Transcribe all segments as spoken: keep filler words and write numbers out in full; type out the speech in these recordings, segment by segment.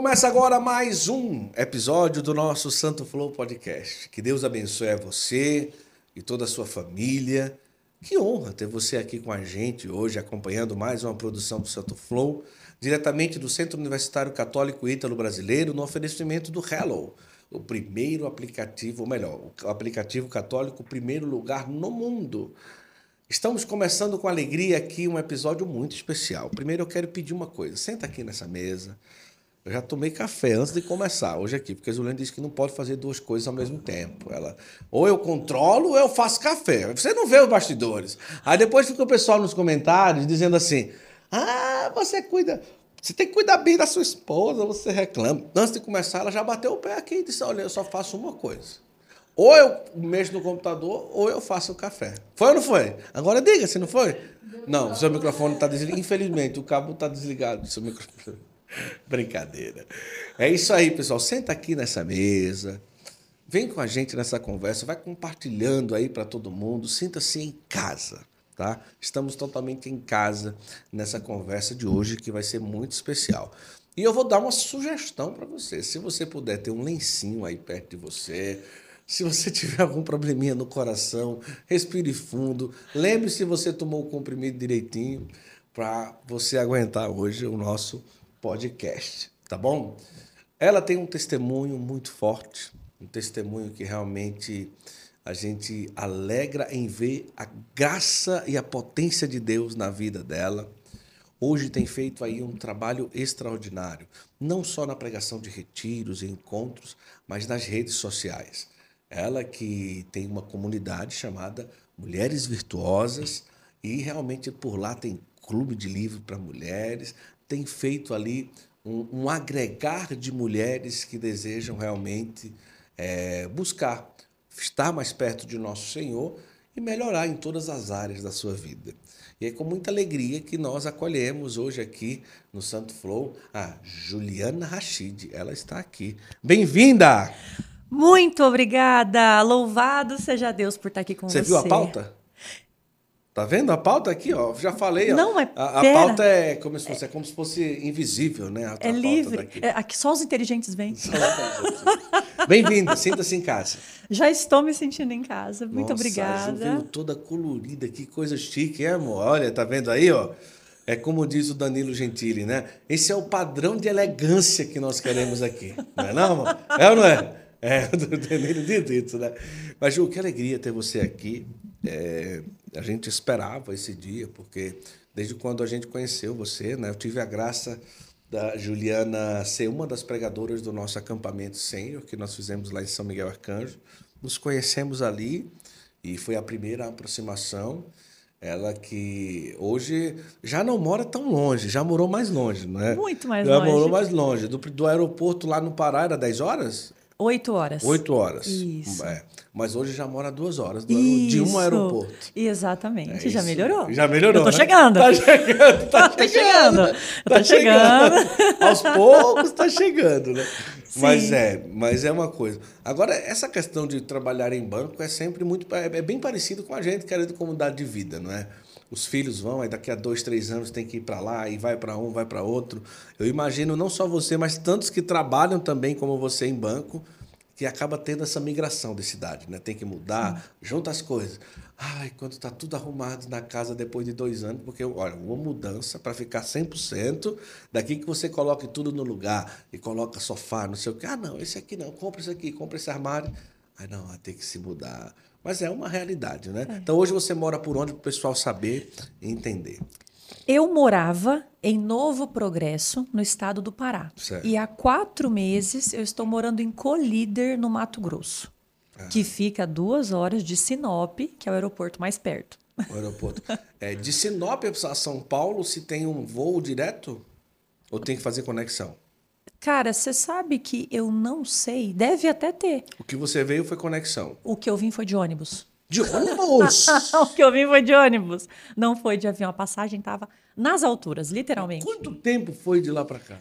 Começa agora mais um episódio do nosso Santo Flow Podcast. Que Deus abençoe a você e toda a sua família. Que honra ter você aqui com a gente hoje, acompanhando mais uma produção do Santo Flow, diretamente do Centro Universitário Católico Ítalo Brasileiro, no oferecimento do Hello, o primeiro aplicativo, ou melhor, o aplicativo católico primeiro lugar no mundo. Estamos começando com alegria aqui um episódio muito especial. Primeiro eu quero pedir uma coisa, senta aqui nessa mesa. Eu já tomei café antes de começar hoje aqui, porque a Juliana disse que não pode fazer duas coisas ao mesmo tempo. Ela, ou eu controlo ou eu faço café. Você não vê os bastidores. Aí depois fica o pessoal nos comentários dizendo assim, ah, você cuida, você tem que cuidar bem da sua esposa, você reclama. Antes de começar, ela já bateu o pé aqui e disse, olha, eu só faço uma coisa. Ou eu mexo no computador ou eu faço o café. Foi ou não foi? Agora diga se não foi. Não, o seu microfone está desligado. Infelizmente, o cabo está desligado do seu microfone. Brincadeira. É isso aí, pessoal. Senta aqui nessa mesa. Vem com a gente nessa conversa. Vai compartilhando aí para todo mundo. Sinta-se em casa, tá? Estamos totalmente em casa nessa conversa de hoje que vai ser muito especial. E eu vou dar uma sugestão para você. Se você puder ter um lencinho aí perto de você, se você tiver algum probleminha no coração, respire fundo. Lembre-se se você tomou o comprimido direitinho para você aguentar hoje o nosso podcast, tá bom? Ela tem um testemunho muito forte, um testemunho que realmente a gente alegra em ver a graça e a potência de Deus na vida dela. Hoje tem feito aí um trabalho extraordinário, não só na pregação de retiros e encontros, mas nas redes sociais. Ela que tem uma comunidade chamada Mulheres Virtuosas e realmente por lá tem clube de livro para mulheres, tem feito ali um, um agregar de mulheres que desejam realmente é, buscar estar mais perto de nosso Senhor e melhorar em todas as áreas da sua vida. E é com muita alegria que nós acolhemos hoje aqui no Santo Flow a Juliana Rachid. Ela está aqui. Bem-vinda! Muito obrigada! Louvado seja Deus por estar aqui com você. Você viu a pauta? Tá vendo a pauta aqui, ó? Já falei, ó. Não, é a, a pauta é como se fosse, é como se fosse invisível, né? A, é a livre. Daqui. É, aqui só os inteligentes vêm. Bem-vinda, sinta-se em casa. Já estou me sentindo em casa. Muito Nossa, obrigada. A Ju veio toda colorida, que coisa chique, hein, amor? Olha, tá vendo aí, ó? É como diz o Danilo Gentili, né? Esse é o padrão de elegância que nós queremos aqui. Não é não, amor? É ou não é? É, o Danilo diz isso, né? Mas, Ju, que alegria ter você aqui. É, a gente esperava esse dia, porque desde quando a gente conheceu você, né, eu tive a graça da Juliana ser uma das pregadoras do nosso acampamento sênior, que nós fizemos lá em São Miguel Arcanjo. Nos conhecemos ali e foi a primeira aproximação. Ela que hoje já não mora tão longe, já morou mais longe, não é? Muito mais já longe. Já morou mais longe. Do, do aeroporto lá no Pará era dez horas? Oito horas. Oito horas. Isso. É. Mas hoje já mora duas horas do aer... de um aeroporto. Exatamente. É já melhorou. Já melhorou. Eu tô né? chegando. Tá chegando. Tá tô chegando. chegando. Eu tô chegando. chegando. Aos poucos tá chegando, né? Sim. Mas é, mas é uma coisa. Agora, essa questão de trabalhar em banco é sempre muito. É bem parecido com a gente que era de comunidade de vida, não é? Os filhos vão, aí daqui a dois, três anos tem que ir para lá, e vai para um, vai para outro. Eu imagino não só você, mas tantos que trabalham também como você em banco, que acaba tendo essa migração de cidade, né? Tem que mudar, sim, junta as coisas. Ai, quando está tudo arrumado na casa depois de dois anos, porque, olha, uma mudança para ficar cem por cento, daqui que você coloque tudo no lugar e coloca sofá, não sei o quê. Ah, não, esse aqui não, compra esse aqui, compra esse armário. Ai, não, vai ter que se mudar. Mas é uma realidade, né? É. Então, hoje você mora por onde para o pessoal saber e entender? Eu morava em Novo Progresso, no estado do Pará. Certo. E há quatro meses eu estou morando em Colíder, no Mato Grosso, ah. que fica a duas horas de Sinop, que é o aeroporto mais perto. O aeroporto. É, de Sinop a São Paulo, se tem um voo direto ou tem que fazer conexão? Cara, você sabe que eu não sei. Deve até ter. O que você veio foi conexão. O que eu vim foi de ônibus. De ônibus? O que eu vim foi de ônibus. Não foi de avião. A passagem estava nas alturas, literalmente. Quanto tempo foi de lá para cá?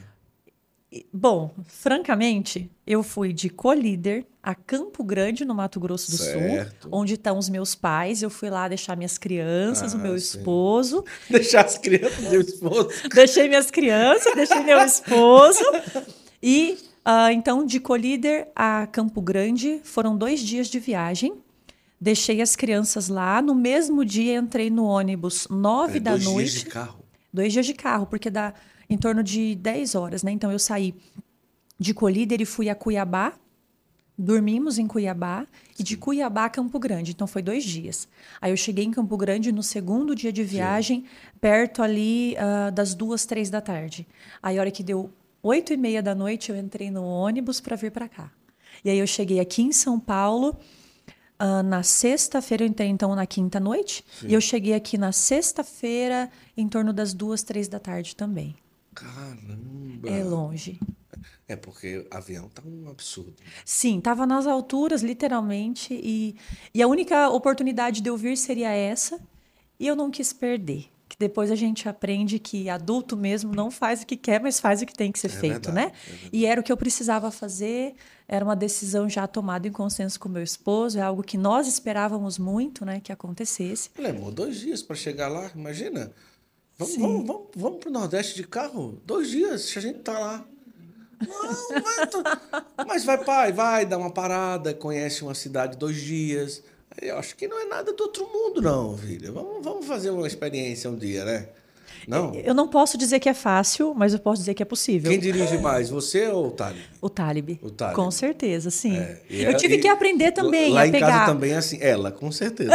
Bom, francamente, eu fui de Colíder a Campo Grande, no Mato Grosso do certo. Sul, onde estão os meus pais. Eu fui lá deixar minhas crianças, ah, o meu sim. esposo. Deixar as crianças e o esposo? Deixei minhas crianças, deixei meu esposo. E, uh, então, de Colíder a Campo Grande, foram dois dias de viagem. Deixei as crianças lá. No mesmo dia, entrei no ônibus nove É, da dois noite. dias de carro. Dois dias de carro, porque dá em torno de dez horas, né? Então, eu saí de Colíder e fui a Cuiabá. Dormimos em Cuiabá e de Cuiabá a Campo Grande. Então, foi dois dias. Aí eu cheguei em Campo Grande no segundo dia de viagem, Sim. perto ali uh, das duas, três da tarde. Aí, a hora que deu oito e meia da noite, eu entrei no ônibus para vir para cá. E aí, eu cheguei aqui em São Paulo uh, na sexta-feira. Eu entrei, então, na quinta noite. Sim. E eu cheguei aqui na sexta-feira, em torno das duas, três da tarde também. Caramba! É longe. É porque o avião tá um absurdo. Sim, estava nas alturas, literalmente. E, e a única oportunidade de eu vir seria essa. E eu não quis perder. Que depois a gente aprende que adulto mesmo não faz o que quer, mas faz o que tem que ser é feito, verdade, né? É e era o que eu precisava fazer. Era uma decisão já tomada em consenso com meu esposo. É algo que nós esperávamos muito, né, que acontecesse. Levou dois dias para chegar lá, imagina. Vamos, vamos, vamos, vamos para o Nordeste de carro? Dois dias, se a gente tá lá. Não, vai, tô... Mas vai, pai, vai, dá uma parada, conhece uma cidade dois dias. Eu acho que não é nada do outro mundo, não, filha. Vamos, vamos fazer uma experiência um dia, né? Não? Eu não posso dizer que é fácil, mas eu posso dizer que é possível. Quem dirige mais, você ou o Talib? O Talib. O Talib. Com certeza, sim. É, eu é, tive e, que aprender também lá a em pegar... casa também é assim. Ela, com certeza.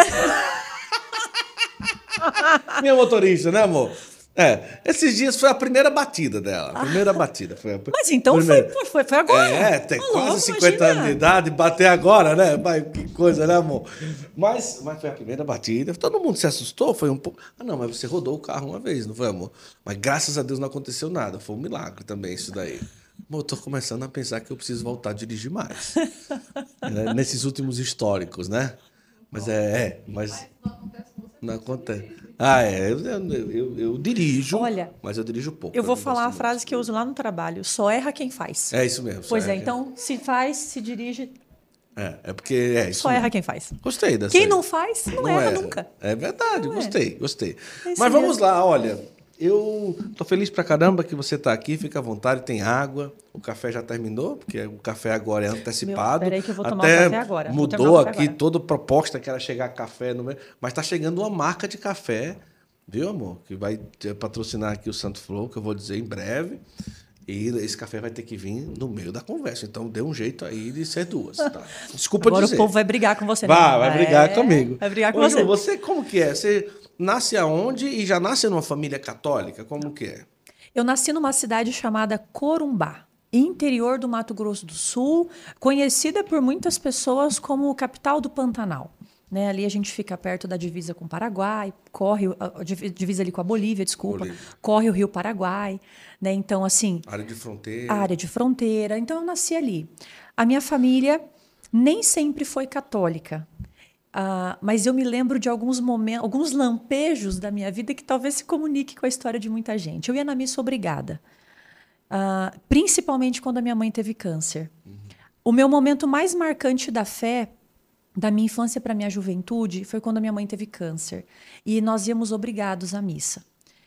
Minha motorista, né, amor? É, esses dias foi a primeira batida dela. A primeira ah, batida. Foi a mas então foi, foi, foi agora. É, tem Alô, quase cinquenta imagina. Anos de idade, bater agora, né? Mas, que coisa, né, amor? Mas, mas foi a primeira batida. Todo mundo se assustou, foi um pouco... Ah, não, mas você rodou o carro uma vez, não foi, amor? Mas graças a Deus não aconteceu nada. Foi um milagre também isso daí. Amor, eu tô começando a pensar que eu preciso voltar a dirigir mais. Né? Nesses últimos históricos, né? Mas é... é mas não acontece. Ah, é. Eu, eu, eu, eu dirijo, Olha, mas eu dirijo pouco. Eu vou eu falar a muito. frase que eu uso lá no trabalho. Só erra quem faz. É isso mesmo. Pois é, quem... então, se faz, se dirige... É, é porque é isso Só mesmo. erra quem faz. Gostei dessa. Quem aí. Não faz, não, não erra, erra nunca. É verdade, não gostei, é. gostei. É mas mesmo. vamos lá, olha... Eu tô feliz pra caramba que você tá aqui, fica à vontade, tem água. O café já terminou, porque o café agora é antecipado. Peraí que eu vou tomar Até o café agora. Mudou aqui agora. toda a proposta que era chegar café no meio. Mas tá chegando uma marca de café, viu, amor? Que vai patrocinar aqui o Santo Flow, que eu vou dizer em breve. E esse café vai ter que vir no meio da conversa. Então, dê um jeito aí de ser duas. Tá? Desculpa agora dizer. Agora o povo vai brigar com você. Vai, né? vai brigar é, comigo. Vai brigar com Ô, você. Ju, você como que é? Você... Nasce aonde e já nasce numa família católica? Como que é? Eu nasci numa cidade chamada Corumbá, interior do Mato Grosso do Sul, conhecida por muitas pessoas como capital do Pantanal. Né? Ali a gente fica perto da divisa com o Paraguai, corre a divisa ali com a Bolívia, desculpa, Bolívia. corre o Rio Paraguai, né? Então assim, área de fronteira. Área de fronteira. Então eu nasci ali. A minha família nem sempre foi católica. Uh, mas eu me lembro de alguns momentos, alguns lampejos da minha vida que talvez se comunique com a história de muita gente. Eu ia na missa obrigada, uh, principalmente quando a minha mãe teve câncer. Uhum. O meu momento mais marcante da fé, da minha infância para a minha juventude, foi quando a minha mãe teve câncer. E nós íamos obrigados à missa.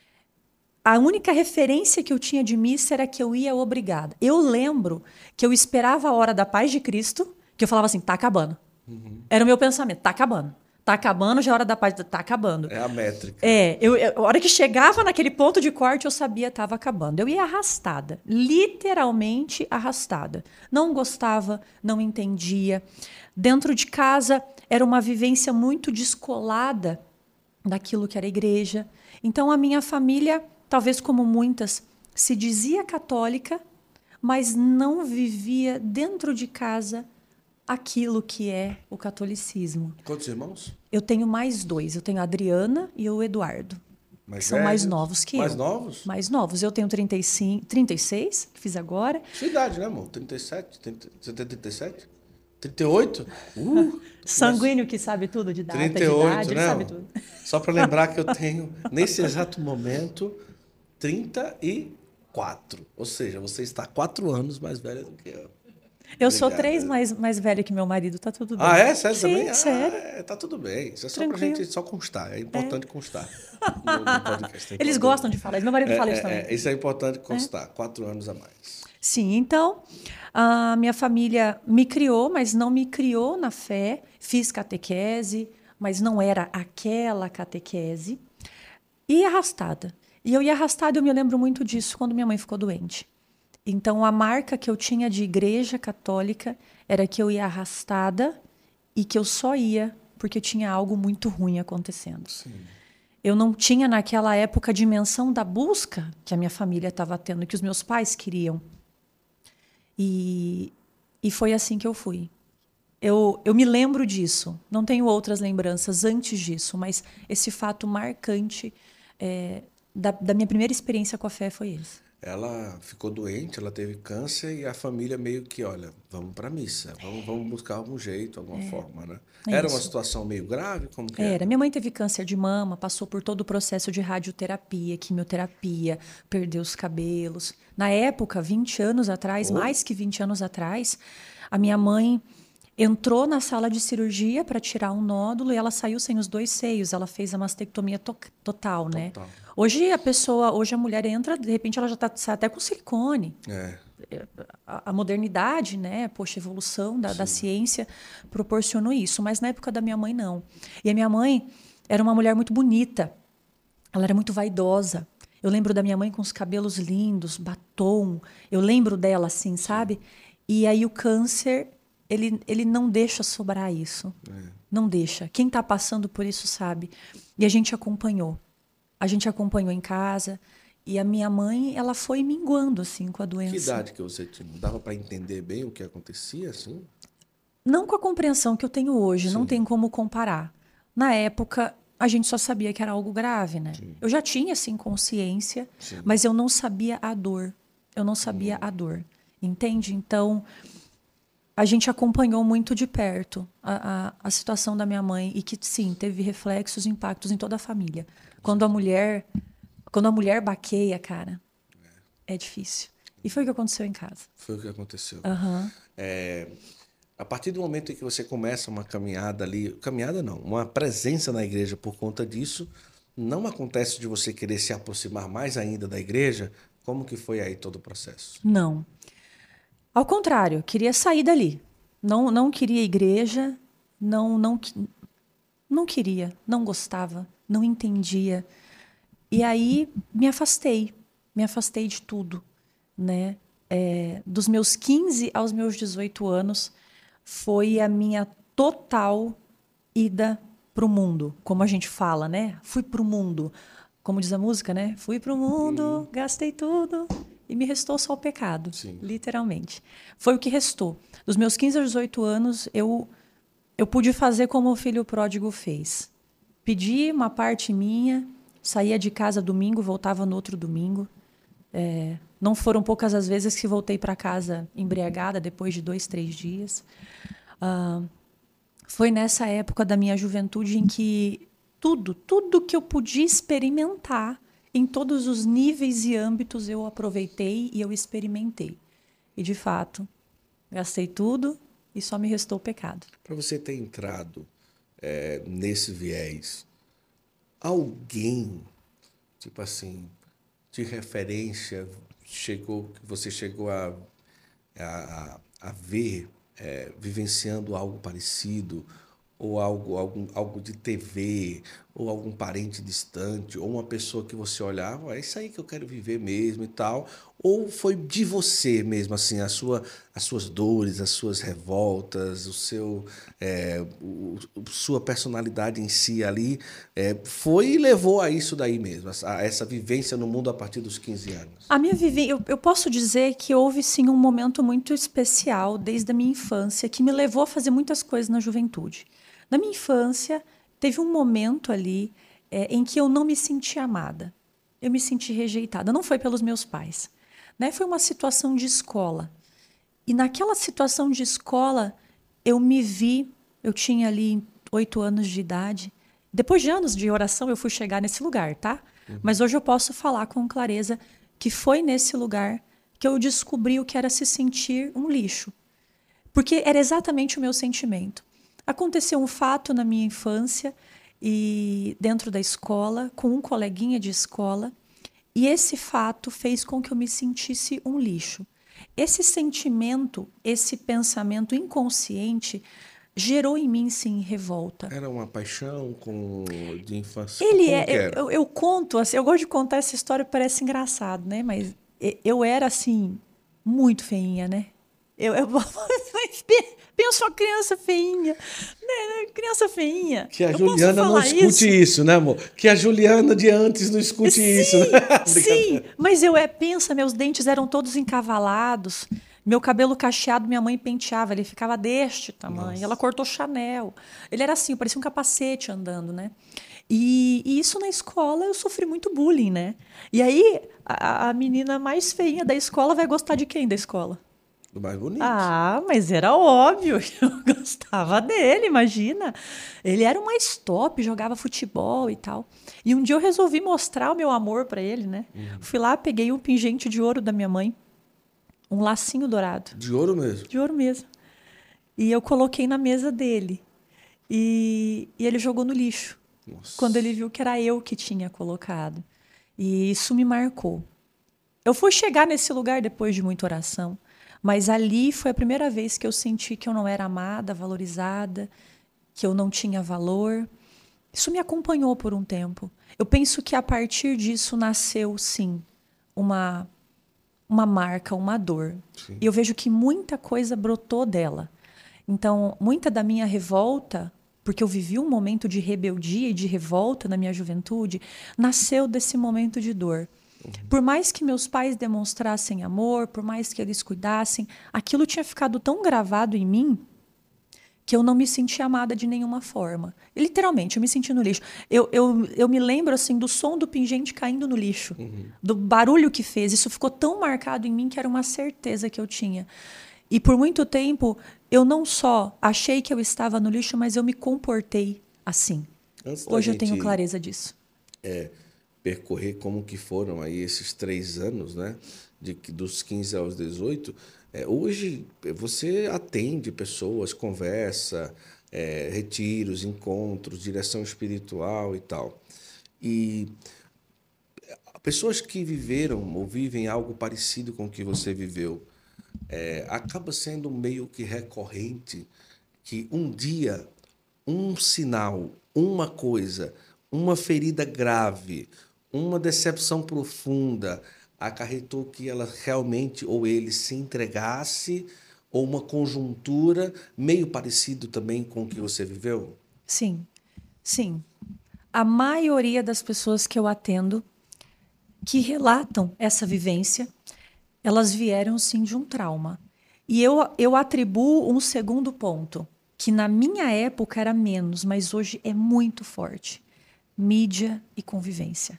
A única referência que eu tinha de missa era que eu ia obrigada. Eu lembro que eu esperava a hora da paz de Cristo, que eu falava assim, tá acabando. Uhum. Era o meu pensamento, tá acabando. Tá acabando, já é hora da paz, tá acabando. É a métrica. É, eu, eu, a hora que chegava naquele ponto de corte, eu sabia que estava acabando. Eu ia arrastada, literalmente arrastada. Não gostava, não entendia. Dentro de casa, era uma vivência muito descolada daquilo que era igreja. Então, a minha família, talvez como muitas, se dizia católica, mas não vivia dentro de casa aquilo que é o catolicismo. Quantos irmãos? Eu tenho mais dois. Eu tenho a Adriana e o Eduardo. Mais que são mais novos que mais eu. Mais novos? Mais novos. Eu tenho trinta e cinco, trinta e seis, que fiz agora. Sua idade, né, amor? trinta e sete? trinta, você tem trinta e sete? trinta e oito? Uh, Sanguíneo que sabe tudo de data, trinta e oito, de idade, né, ele sabe tudo. Só para lembrar que eu tenho, nesse exato momento, trinta e quatro. Ou seja, você está quatro anos mais velha do que eu. Eu Obrigado. Sou três mais, mais velha que meu marido, tá tudo bem. Ah, é? Sério Sim, também? sério. Ah, é, tá tudo bem. Isso é só Tranquilo. pra gente só constar. É importante é. constar. No, no podcast. Eles gostam de falar isso. Meu marido é, fala isso é, também. É, isso é importante constar. É. Quatro anos a mais. Sim, então, a minha família me criou, mas não me criou na fé. Fiz catequese, mas não era aquela catequese. E arrastada. E eu ia arrastada, eu me lembro muito disso quando minha mãe ficou doente. Então, a marca que eu tinha de igreja católica era que eu ia arrastada e que eu só ia porque tinha algo muito ruim acontecendo. Sim. Eu não tinha, naquela época, a dimensão da busca que a minha família estava tendo, que os meus pais queriam. E, e foi assim que eu fui. Eu, eu me lembro disso. Não tenho outras lembranças antes disso, mas esse fato marcante é, da, da minha primeira experiência com a fé foi esse. Ela ficou doente, ela teve câncer e a família meio que, olha, vamos para missa, vamos, vamos buscar algum jeito, alguma forma, né? É Era uma isso. situação meio grave? Como que Era. era? Minha mãe teve câncer de mama, passou por todo o processo de radioterapia, quimioterapia, perdeu os cabelos. Na época, vinte anos atrás, Oh. mais que vinte anos atrás, a minha mãe entrou na sala de cirurgia para tirar um nódulo e ela saiu sem os dois seios. Ela fez a mastectomia to total, né? Total. Hoje a pessoa, hoje a mulher entra, de repente ela já está até com silicone. É, A, a modernidade, né? Poxa, a evolução da, da ciência proporcionou isso. Mas na época da minha mãe, não. E a minha mãe era uma mulher muito bonita. Ela era muito vaidosa. Eu lembro da minha mãe com os cabelos lindos, batom. Eu lembro dela assim, sabe? E aí o câncer, ele, ele não deixa sobrar isso. Não deixa. Quem está passando por isso sabe. E a gente acompanhou. A gente acompanhou em casa. E a minha mãe, ela foi minguando assim com a doença. que idade que você tinha? Não dava para entender bem o que acontecia, assim? Não com a compreensão que eu tenho hoje, não Sim. tem como comparar. Na época, a gente só sabia que era algo grave, né? Eu já tinha, assim, consciência, Sim. mas eu não sabia a dor. Eu não sabia a dor, entende? Então, a gente acompanhou muito de perto a, a, a situação da minha mãe e que, sim, teve reflexos, impactos em toda a família. Quando a mulher, quando a mulher baqueia, cara, é difícil. E foi o que aconteceu em casa. Foi o que aconteceu. Aham. É, a partir do momento em que você começa uma caminhada ali, caminhada não, uma presença na igreja por conta disso, não acontece de você querer se aproximar mais ainda da igreja? Como que foi aí todo o processo? Não. Ao contrário, queria sair dali. Não, não queria igreja, não, não, qui- não queria, não gostava, não entendia. E aí me afastei, me afastei de tudo, né? É, dos meus quinze aos meus dezoito anos foi a minha total ida para o mundo, como a gente fala, né? Fui para o mundo, como diz a música, né? Fui para o mundo, gastei tudo e me restou só o pecado, Sim. literalmente. Foi o que restou. Dos meus quinze aos dezoito anos, eu eu pude fazer como o filho pródigo fez. Pedi uma parte minha, saía de casa domingo, voltava no outro domingo. É, não foram poucas as vezes que voltei para casa embriagada depois de dois, três dias. Ah, foi nessa época da minha juventude em que tudo, tudo que eu podia experimentar, em todos os níveis e âmbitos, eu aproveitei e eu experimentei. E, de fato, gastei tudo e só me restou o pecado. Para você ter entrado é, nesse viés, alguém, tipo assim, de referência, chegou, que você chegou a, a, a ver, é, vivenciando algo parecido, ou algo, algum, algo de T V, ou algum parente distante, ou uma pessoa que você olhava, é isso aí que eu quero viver mesmo e tal, ou foi de você mesmo, assim, a sua, as suas dores, as suas revoltas, o seu, é, o, o- sua personalidade em si ali, é, foi e levou a isso daí mesmo, a, a essa vivência no mundo a partir dos quinze anos. A minha vivência, eu, eu posso dizer que houve sim um momento muito especial desde a minha infância que me levou a fazer muitas coisas na juventude. Na minha infância, teve um momento ali é, em que eu não me senti amada. Eu me senti rejeitada. Não foi pelos meus pais, né? Foi uma situação de escola. E naquela situação de escola, eu me vi, eu tinha ali oito anos de idade. Depois de anos de oração, eu fui chegar nesse lugar, tá? Mas hoje eu posso falar com clareza que foi nesse lugar que eu descobri o que era se sentir um lixo. Porque era exatamente o meu sentimento. Aconteceu um fato na minha infância e dentro da escola, com um coleguinha de escola, e esse fato fez com que eu me sentisse um lixo. Esse sentimento, esse pensamento inconsciente gerou em mim, sim, revolta. Era uma paixão com, de infância? Ele Como é, que eu, era? eu, eu conto, assim, eu gosto de contar essa história, parece engraçado, né? Mas e- eu era, assim, muito feinha, né? Eu, eu penso uma criança feinha, né? Criança feinha. Que a Eu posso Juliana não falar escute isso? isso, né, amor? Que a Juliana de antes não escute isso, né? Sim, sim. Brincadeira. Mas eu é, pensa, meus dentes eram todos encavalados. Meu cabelo cacheado, minha mãe penteava, ele ficava deste tamanho. Ela Nossa. cortou Chanel. Ele era assim, parecia um capacete andando, né? E, e isso na escola eu sofri muito bullying, né? E aí a, a menina mais feinha da escola vai gostar de quem da escola? Do mais bonito. Ah, mas era óbvio que eu gostava dele, imagina. Ele era o mais top, jogava futebol e tal. E um dia eu resolvi mostrar o meu amor para ele, né? Uhum. Fui lá, peguei um pingente de ouro da minha mãe, um lacinho dourado, De ouro mesmo. de ouro mesmo. E eu coloquei na mesa dele. E, e ele jogou no lixo, quando ele Nossa. viu que era eu que tinha colocado. E isso me marcou. Eu fui chegar nesse lugar depois de muita oração, mas ali foi a primeira vez que eu senti que eu não era amada, valorizada, que eu não tinha valor. Isso me acompanhou por um tempo. Eu penso que a partir disso nasceu, sim, uma, uma marca, uma dor. Sim. E eu vejo que muita coisa brotou dela. Então, muita da minha revolta, porque eu vivi um momento de rebeldia e de revolta na minha juventude, nasceu desse momento de dor. Por mais que meus pais demonstrassem amor, por mais que eles cuidassem, aquilo tinha ficado tão gravado em mim que eu não me sentia amada de nenhuma forma. E, literalmente, eu me senti no lixo. Eu, eu, eu me lembro assim do som do pingente caindo no lixo, Uhum. do barulho que fez. Isso ficou tão marcado em mim que era uma certeza que eu tinha. E por muito tempo, eu não só achei que eu estava no lixo, mas eu me comportei assim. Antes da Hoje eu tenho gente clareza disso. percorrer como que foram aí esses três anos, né? De, que- dos quinze aos dezoito, é, hoje é, você atende pessoas, conversa, é, retiros, encontros, direção espiritual e tal. E pessoas que viveram ou vivem algo parecido com o que você viveu, é, acaba sendo meio que recorrente que um dia um sinal, uma coisa, uma ferida grave, uma decepção profunda acarretou que ela realmente ou ele se entregasse ou uma conjuntura meio parecido também com o que você viveu? Sim, sim. A maioria das pessoas que eu atendo que relatam essa vivência, elas vieram sim de um trauma. E eu, eu atribuo um segundo ponto, que na minha época era menos, mas hoje é muito forte: mídia e convivência.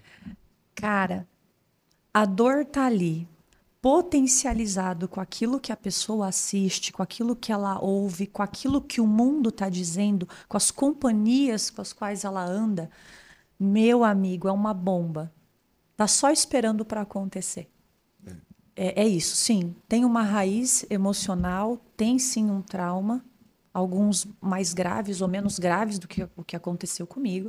Cara, a dor tá ali, potencializado com aquilo que a pessoa assiste, com aquilo que ela ouve, com aquilo que o mundo está dizendo, com as companhias com as quais ela anda. Meu amigo, é uma bomba. Tá só esperando para acontecer. É, é isso, sim. Tem uma raiz emocional, tem sim um trauma, alguns mais graves ou menos graves do que o que aconteceu comigo,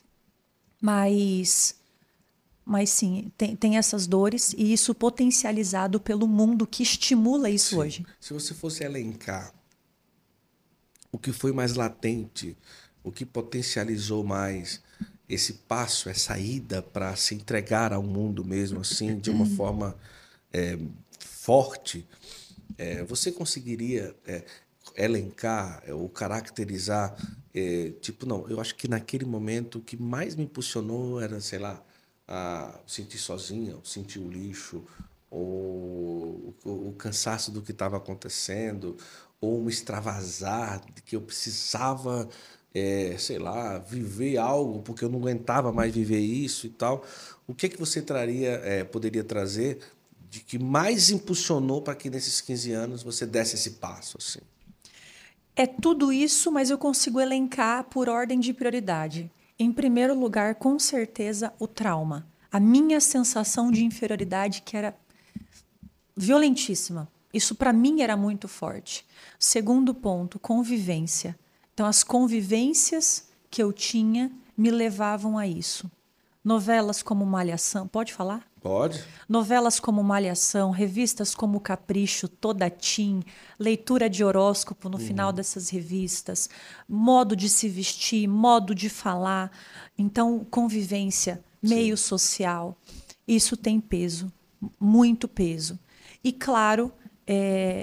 mas, mas sim, tem, tem essas dores e isso potencializado pelo mundo que estimula isso Sim. hoje. Se você fosse elencar o que foi mais latente, o que potencializou mais esse passo, essa ida para se entregar ao mundo mesmo assim, de uma forma é, forte, é, você conseguiria é, elencar é, ou caracterizar, é, tipo, não, eu acho que naquele momento o que mais me impulsionou era, sei lá, a sentir sozinha, sentir o lixo, ou o, o cansaço do que estava acontecendo, ou um extravasar de que eu precisava, é, sei lá, viver algo porque eu não aguentava mais viver isso e tal. O que é que você traria, é, poderia trazer de que mais impulsionou para que nesses quinze anos você desse esse passo assim? É tudo isso, mas eu consigo elencar por ordem de prioridade. Em primeiro lugar, com certeza, o trauma. A minha sensação de inferioridade, que era violentíssima. Isso para mim era muito forte. Segundo ponto, convivência. Então, as convivências que eu tinha me levavam a isso. Novelas como Malhação, pode falar? Pode? Novelas como Malhação, revistas como Capricho, Toda Teen, leitura de horóscopo no uhum. final dessas revistas, modo de se vestir, modo de falar. Então, convivência, meio Sim. social, isso tem peso, muito peso. E, claro, é,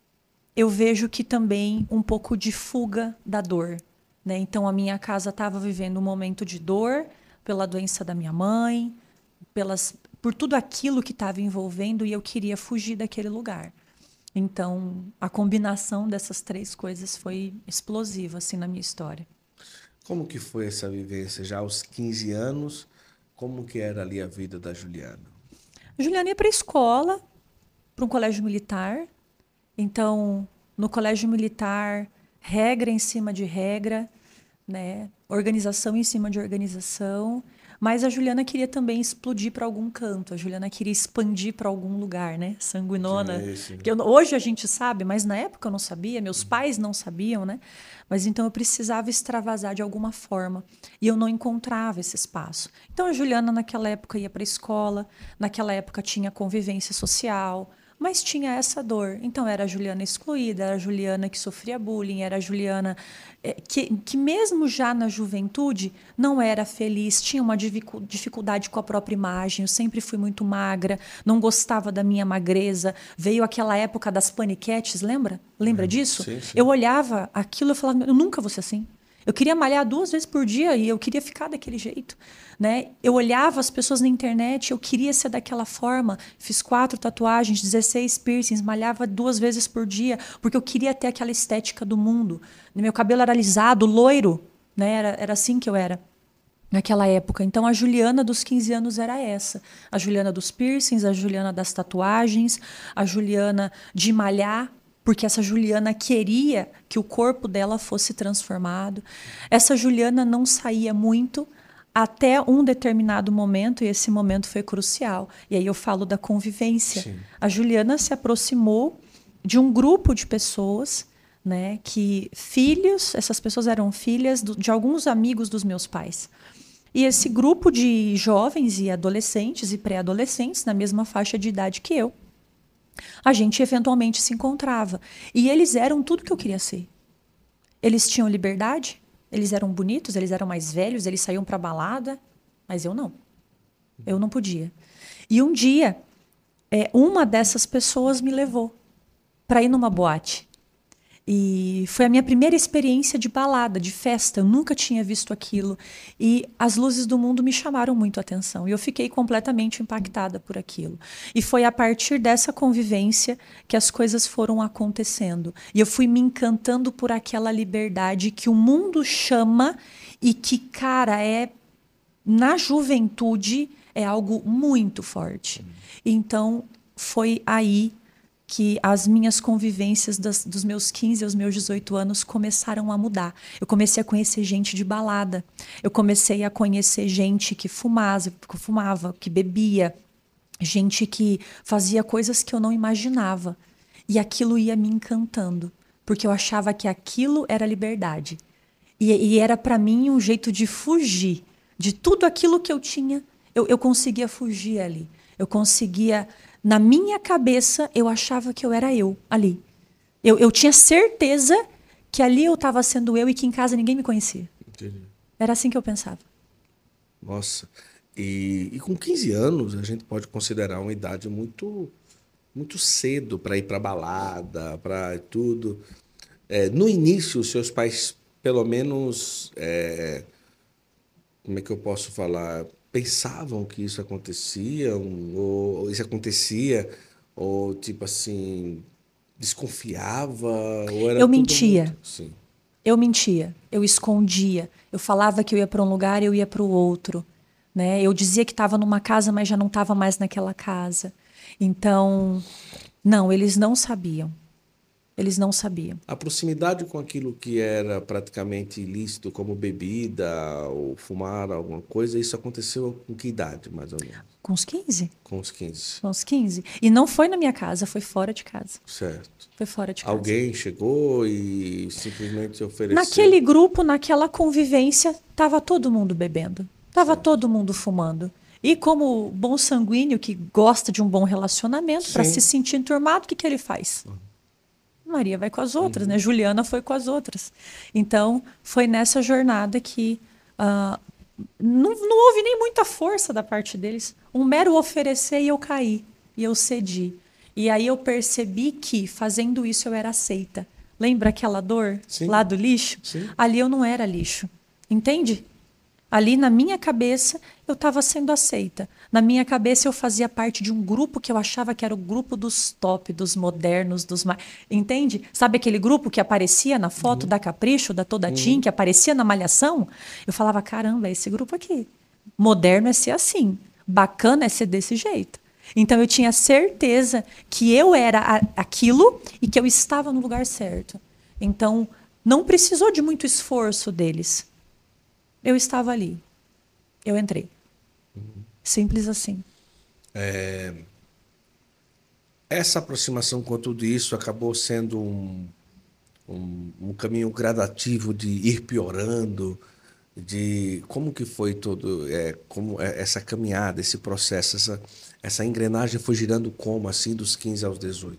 eu vejo que também um pouco de fuga da dor. Né? Então, a minha casa estava vivendo um momento de dor pela doença da minha mãe, pelas, por tudo aquilo que estava envolvendo, e eu queria fugir daquele lugar. Então, a combinação dessas três coisas foi explosiva assim, na minha história. Como que foi essa vivência? Já aos quinze anos, como que era ali a vida da Juliana? A Juliana ia para a escola, para um colégio militar. Então, no colégio militar, regra em cima de regra, né? Organização em cima de organização. Mas a Juliana queria também explodir para algum canto. A Juliana queria expandir para algum lugar, né? Sanguinona. Sim, que eu, hoje a gente sabe, mas na época eu não sabia. Meus pais não sabiam, né? Mas então eu precisava extravasar de alguma forma. E eu não encontrava esse espaço. Então a Juliana naquela época ia para a escola. Naquela época tinha convivência social. Mas tinha essa dor. Então, era a Juliana excluída, era a Juliana que sofria bullying, era a Juliana é, que, que mesmo já na juventude, não era feliz, tinha uma dificuldade com a própria imagem. Eu sempre fui muito magra, não gostava da minha magreza. Veio aquela época das paniquetes, lembra? Lembra disso? Sim, sim. Eu olhava aquilo e falava, eu nunca vou ser assim. Eu queria malhar duas vezes por dia e eu queria ficar daquele jeito. Né? Eu olhava as pessoas na internet, eu queria ser daquela forma. Fiz quatro tatuagens, dezesseis piercings, malhava duas vezes por dia, porque eu queria ter aquela estética do mundo. Meu cabelo era alisado, loiro, né? Era, era assim que eu era naquela época. Então, a Juliana dos quinze anos era essa. A Juliana dos piercings, a Juliana das tatuagens, a Juliana de malhar, porque essa Juliana queria que o corpo dela fosse transformado. Essa Juliana não saía muito até um determinado momento, e esse momento foi crucial. E aí eu falo da convivência. Sim. A Juliana se aproximou de um grupo de pessoas, né, que filhos, essas pessoas eram filhas do, de alguns amigos dos meus pais. E esse grupo de jovens e adolescentes e pré-adolescentes, na mesma faixa de idade que eu, a gente eventualmente se encontrava. E eles eram tudo que eu queria ser. Eles tinham liberdade, eles eram bonitos, eles eram mais velhos, eles saíam para balada, mas eu não. Eu não podia. E um dia, é, uma dessas pessoas me levou para ir numa boate. E foi a minha primeira experiência de balada, de festa. Eu nunca tinha visto aquilo. E as luzes do mundo me chamaram muito a atenção. E eu fiquei completamente impactada por aquilo. E foi a partir dessa convivência que as coisas foram acontecendo. E eu fui me encantando por aquela liberdade que o mundo chama e que, cara, é na juventude é algo muito forte. Então, foi aí que as minhas convivências das, dos meus quinze aos meus dezoito anos começaram a mudar. Eu comecei a conhecer gente de balada. Eu comecei a conhecer gente que fumava, que fumava, que bebia. Gente que fazia coisas que eu não imaginava. E aquilo ia me encantando. Porque eu achava que aquilo era liberdade. E, e era para mim um jeito de fugir. De tudo aquilo que eu tinha, eu, eu conseguia fugir ali. Eu conseguia... Na minha cabeça, eu achava que eu era eu ali. Eu, eu tinha certeza que ali eu estava sendo eu e que em casa ninguém me conhecia. Entendi. Era assim que eu pensava. Nossa. E, e com quinze anos, a gente pode considerar uma idade muito, muito cedo para ir para balada, para tudo. É, no início, os seus pais, pelo menos, é, como é que eu posso falar? Pensavam que isso acontecia, ou, ou isso acontecia, ou tipo assim, desconfiava, ou era eu tudo mentia. Muito, sim. Eu mentia, eu escondia, eu falava que eu ia para um lugar e eu ia para o outro, né? Eu dizia que estava numa casa, mas já não estava mais naquela casa. Então, não, eles não sabiam. Eles não sabiam. A proximidade com aquilo que era praticamente ilícito, como bebida ou fumar alguma coisa, isso aconteceu com que idade, mais ou menos? Com os quinze. Com os quinze. Com os quinze. E não foi na minha casa, foi fora de casa. Certo. Foi fora de casa. Alguém chegou e simplesmente ofereceu? Naquele grupo, naquela convivência, estava todo mundo bebendo. Tava todo mundo fumando. E como bom sanguíneo que gosta de um bom relacionamento, para se sentir enturmado, o que, que ele faz? Maria vai com as outras, uhum. né? Juliana foi com as outras. Então, foi nessa jornada que uh, não, não houve nem muita força da parte deles. Um mero oferecer e eu caí. E eu cedi. E aí eu percebi que, fazendo isso, eu era aceita. Lembra aquela dor Sim. lá do lixo? Sim. Ali eu não era lixo. Entende? Ali, na minha cabeça, eu estava sendo aceita. Na minha cabeça, eu fazia parte de um grupo que eu achava que era o grupo dos top, dos modernos, dos mais... Entende? Sabe aquele grupo que aparecia na foto uhum. da Capricho, da Toda Tim, uhum. que aparecia na Malhação? Eu falava, caramba, é esse grupo aqui. Moderno é ser assim. Bacana é ser desse jeito. Então, eu tinha certeza que eu era a, aquilo e que eu estava no lugar certo. Então, não precisou de muito esforço deles. Eu estava ali. Eu entrei. Uhum. Simples assim. É... Essa aproximação com tudo isso acabou sendo um, um, um caminho gradativo de ir piorando, de como que foi todo, é, como é, essa caminhada, esse processo, essa, essa engrenagem foi girando como, assim, dos quinze aos dezoito?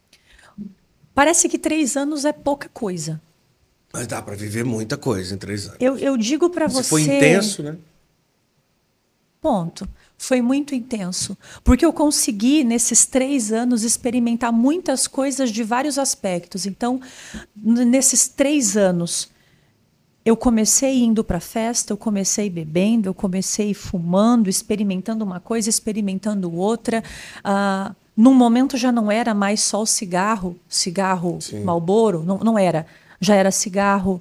Parece que três anos é pouca coisa. Mas dá para viver muita coisa em três anos. Eu, eu digo para você... Se foi intenso, né? Ponto. Foi muito intenso. Porque eu consegui, nesses três anos, experimentar muitas coisas de vários aspectos. Então, nesses três anos, eu comecei indo para festa, eu comecei bebendo, eu comecei fumando, experimentando uma coisa, experimentando outra. Ah, num momento já não era mais só o cigarro, cigarro Sim. Marlboro, não, não era. Já era cigarro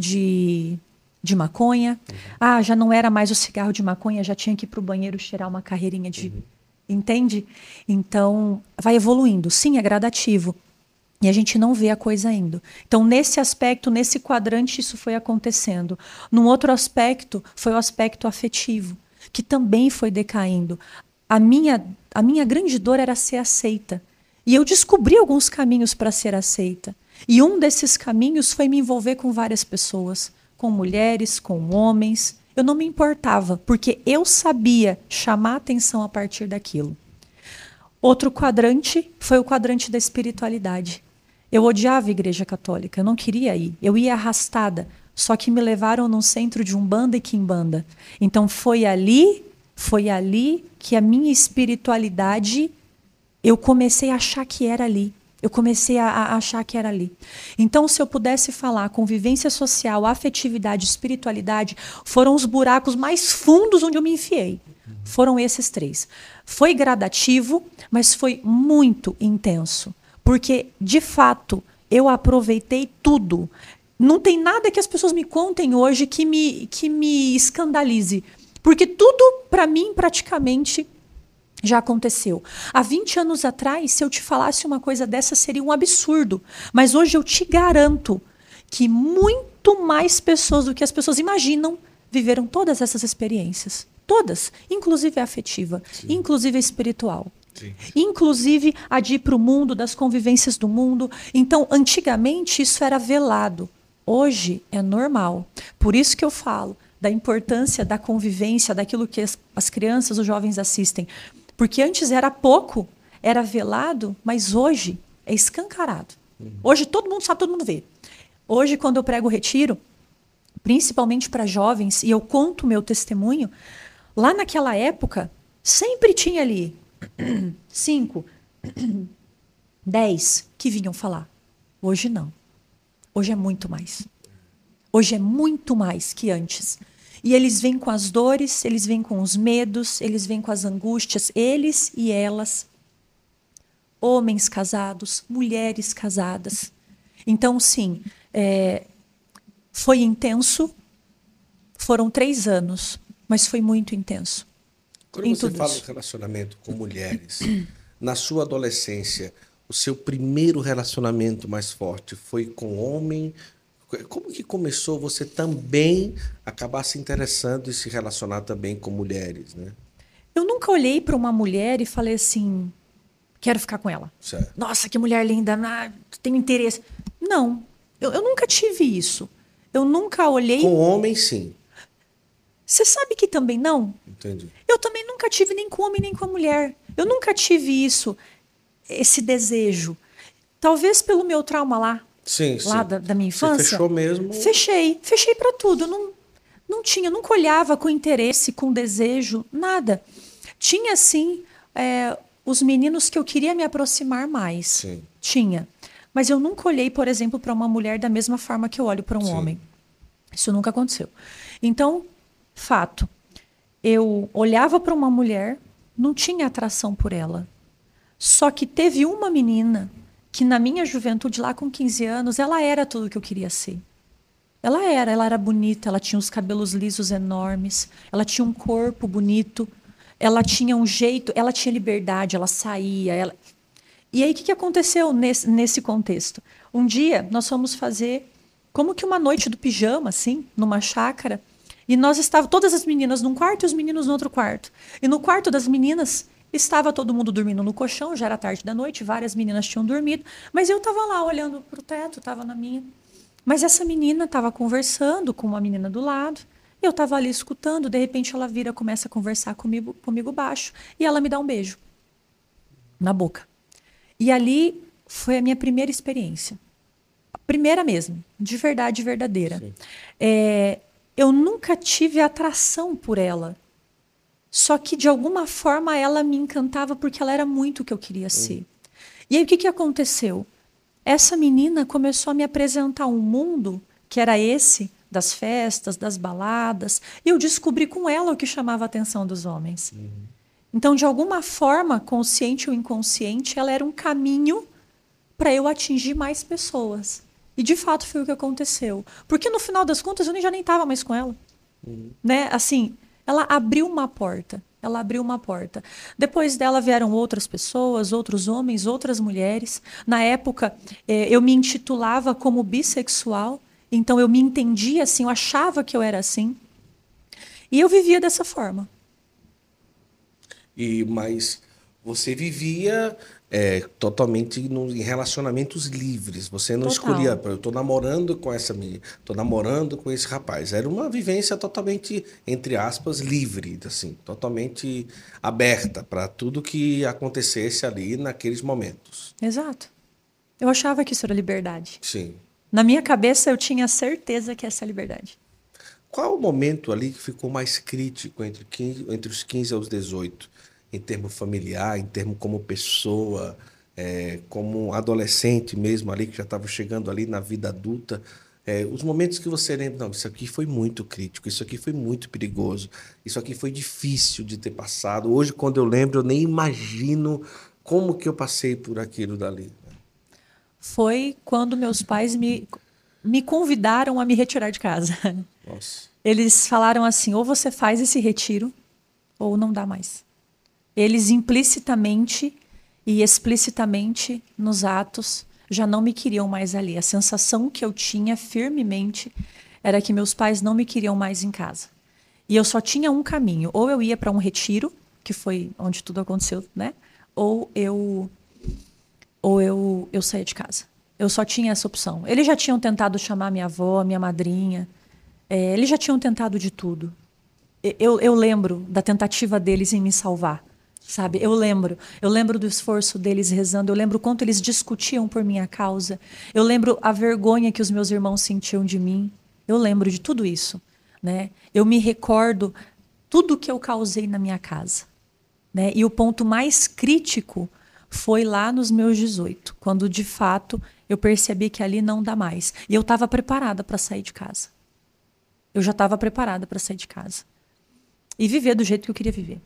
de, de maconha. Uhum. Ah, já não era mais o cigarro de maconha, já tinha que ir para o banheiro cheirar uma carreirinha de... Uhum. Entende? Então, vai evoluindo. Sim, é gradativo. E a gente não vê a coisa indo. Então, nesse aspecto, nesse quadrante, isso foi acontecendo. Num outro aspecto, foi o aspecto afetivo, que também foi decaindo. A minha, a minha grande dor era ser aceita. E eu descobri alguns caminhos para ser aceita. E um desses caminhos foi me envolver com várias pessoas, com mulheres, com homens. Eu não me importava, porque eu sabia chamar atenção a partir daquilo. Outro quadrante foi o quadrante da espiritualidade. Eu odiava a Igreja Católica, eu não queria ir. Eu ia arrastada, só que me levaram num centro de Umbanda e Quimbanda. Então foi ali, foi ali que a minha espiritualidade, eu comecei a achar que era ali. Eu comecei a, a achar que era ali. Então, se eu pudesse falar convivência social, afetividade, espiritualidade, foram os buracos mais fundos onde eu me enfiei. Foram esses três. Foi gradativo, mas foi muito intenso. Porque, de fato, eu aproveitei tudo. Não tem nada que as pessoas me contem hoje que me, que me escandalize. Porque tudo, para mim, praticamente... já aconteceu. Há vinte anos atrás, se eu te falasse uma coisa dessa, seria um absurdo. Mas hoje eu te garanto que muito mais pessoas do que as pessoas imaginam viveram todas essas experiências. Todas. Inclusive a afetiva. Sim. Inclusive a espiritual. Sim. Inclusive a de ir para o mundo, das convivências do mundo. Então, antigamente, isso era velado. Hoje é normal. Por isso que eu falo da importância da convivência, daquilo que as, as crianças, os jovens assistem. Porque antes era pouco, era velado, mas hoje é escancarado. Uhum. Hoje todo mundo sabe, todo mundo vê. Hoje, quando eu prego retiro, principalmente para jovens, e eu conto o meu testemunho, lá naquela época, sempre tinha ali cinco, dez que vinham falar. Hoje não. Hoje é muito mais. Hoje é muito mais que antes. E eles vêm com as dores, eles vêm com os medos, eles vêm com as angústias, eles e elas. Homens casados, mulheres casadas. Então, sim, é, foi intenso, foram três anos, mas foi muito intenso. Quando você fala de relacionamento com mulheres, na sua adolescência, o seu primeiro relacionamento mais forte foi com homem? Como que começou você também acabar se interessando e se relacionar também com mulheres, né? Eu nunca olhei para uma mulher e falei assim, quero ficar com ela. Certo. Nossa, que mulher linda, ah, tenho interesse. Não, eu, eu nunca tive isso. Eu nunca olhei... Com homem, sim. Você sabe que também não? Entendi. Eu também nunca tive nem com homem nem com a mulher. Eu nunca tive isso, esse desejo. Talvez pelo meu trauma lá, Sim, lá sim. da, da minha Você infância. fechou mesmo? Fechei, fechei para tudo. Não, não tinha, nunca olhava com interesse, com desejo, nada. Tinha, sim, é, os meninos que eu queria me aproximar mais. Sim. Tinha. Mas eu nunca olhei, por exemplo, para uma mulher da mesma forma que eu olho para um Sim. homem. Isso nunca aconteceu. Então, fato. Eu olhava para uma mulher, não tinha atração por ela. Só que teve uma menina que na minha juventude, lá com quinze anos, ela era tudo o que eu queria ser. Ela era, ela era bonita, ela tinha os cabelos lisos enormes, ela tinha um corpo bonito, ela tinha um jeito, ela tinha liberdade, ela saía. Ela... E aí, o que, que aconteceu nesse, nesse contexto? Um dia, nós fomos fazer como que uma noite do pijama, assim, numa chácara, e nós estávamos, todas as meninas num quarto e os meninos no outro quarto. E no quarto das meninas, estava todo mundo dormindo no colchão, já era tarde da noite, várias meninas tinham dormido, mas eu estava lá olhando para o teto, estava na minha. Mas essa menina estava conversando com uma menina do lado, eu estava ali escutando, de repente ela vira, começa a conversar comigo, comigo baixo, e ela me dá um beijo na boca. E ali foi a minha primeira experiência. A primeira mesmo, de verdade verdadeira. É, eu nunca tive atração por ela. Só que, de alguma forma, ela me encantava porque ela era muito o que eu queria ser. Uhum. E aí, o que, que aconteceu? Essa menina começou a me apresentar um mundo que era esse, das festas, das baladas, e eu descobri com ela o que chamava a atenção dos homens. Uhum. Então, de alguma forma, consciente ou inconsciente, ela era um caminho para eu atingir mais pessoas. E, de fato, foi o que aconteceu. Porque, no final das contas, eu já nem estava mais com ela. Uhum. Né? Assim, ela abriu uma porta. Ela abriu uma porta. Depois dela vieram outras pessoas, outros homens, outras mulheres. Na época, eh, eu me intitulava como bissexual. Então, eu me entendia assim, eu achava que eu era assim. E eu vivia dessa forma. E, mas você vivia é, totalmente no, em relacionamentos livres. Você não Total. escolhia, eu estou namorando com essa menina, estou namorando com esse rapaz. Era uma vivência totalmente, entre aspas, livre, assim, totalmente aberta para tudo que acontecesse ali naqueles momentos. Exato. Eu achava que isso era liberdade. Sim. Na minha cabeça, eu tinha certeza que essa é a liberdade. Qual o momento ali que ficou mais crítico entre, quinze, entre os quinze aos dezoito? Em termos familiar, em termos como pessoa, é, como adolescente mesmo ali, que já estava chegando ali na vida adulta. É, os momentos que você lembra, não, isso aqui foi muito crítico, isso aqui foi muito perigoso, isso aqui foi difícil de ter passado. Hoje, quando eu lembro, eu nem imagino como que eu passei por aquilo dali. Foi quando meus pais me, me convidaram a me retirar de casa. Nossa. Eles falaram assim, ou você faz esse retiro, ou não dá mais. Eles implicitamente e explicitamente nos atos já não me queriam mais ali. A sensação que eu tinha firmemente era que meus pais não me queriam mais em casa. E eu só tinha um caminho. Ou eu ia para um retiro, que foi onde tudo aconteceu, né? Ou eu, ou eu, eu saía de casa. Eu só tinha essa opção. Eles já tinham tentado chamar minha avó, minha madrinha. É, eles já tinham tentado de tudo. Eu, eu lembro da tentativa deles em me salvar. Sabe? Eu lembro. Eu lembro do esforço deles rezando. Eu lembro o quanto eles discutiam por minha causa. Eu lembro a vergonha que os meus irmãos sentiam de mim. Eu lembro de tudo isso. Né? Eu me recordo tudo que eu causei na minha casa. Né? E o ponto mais crítico foi lá nos meus dezoito, quando de fato eu percebi que ali não dá mais. E eu estava preparada para sair de casa. Eu já estava preparada para sair de casa. E viver do jeito que eu queria viver.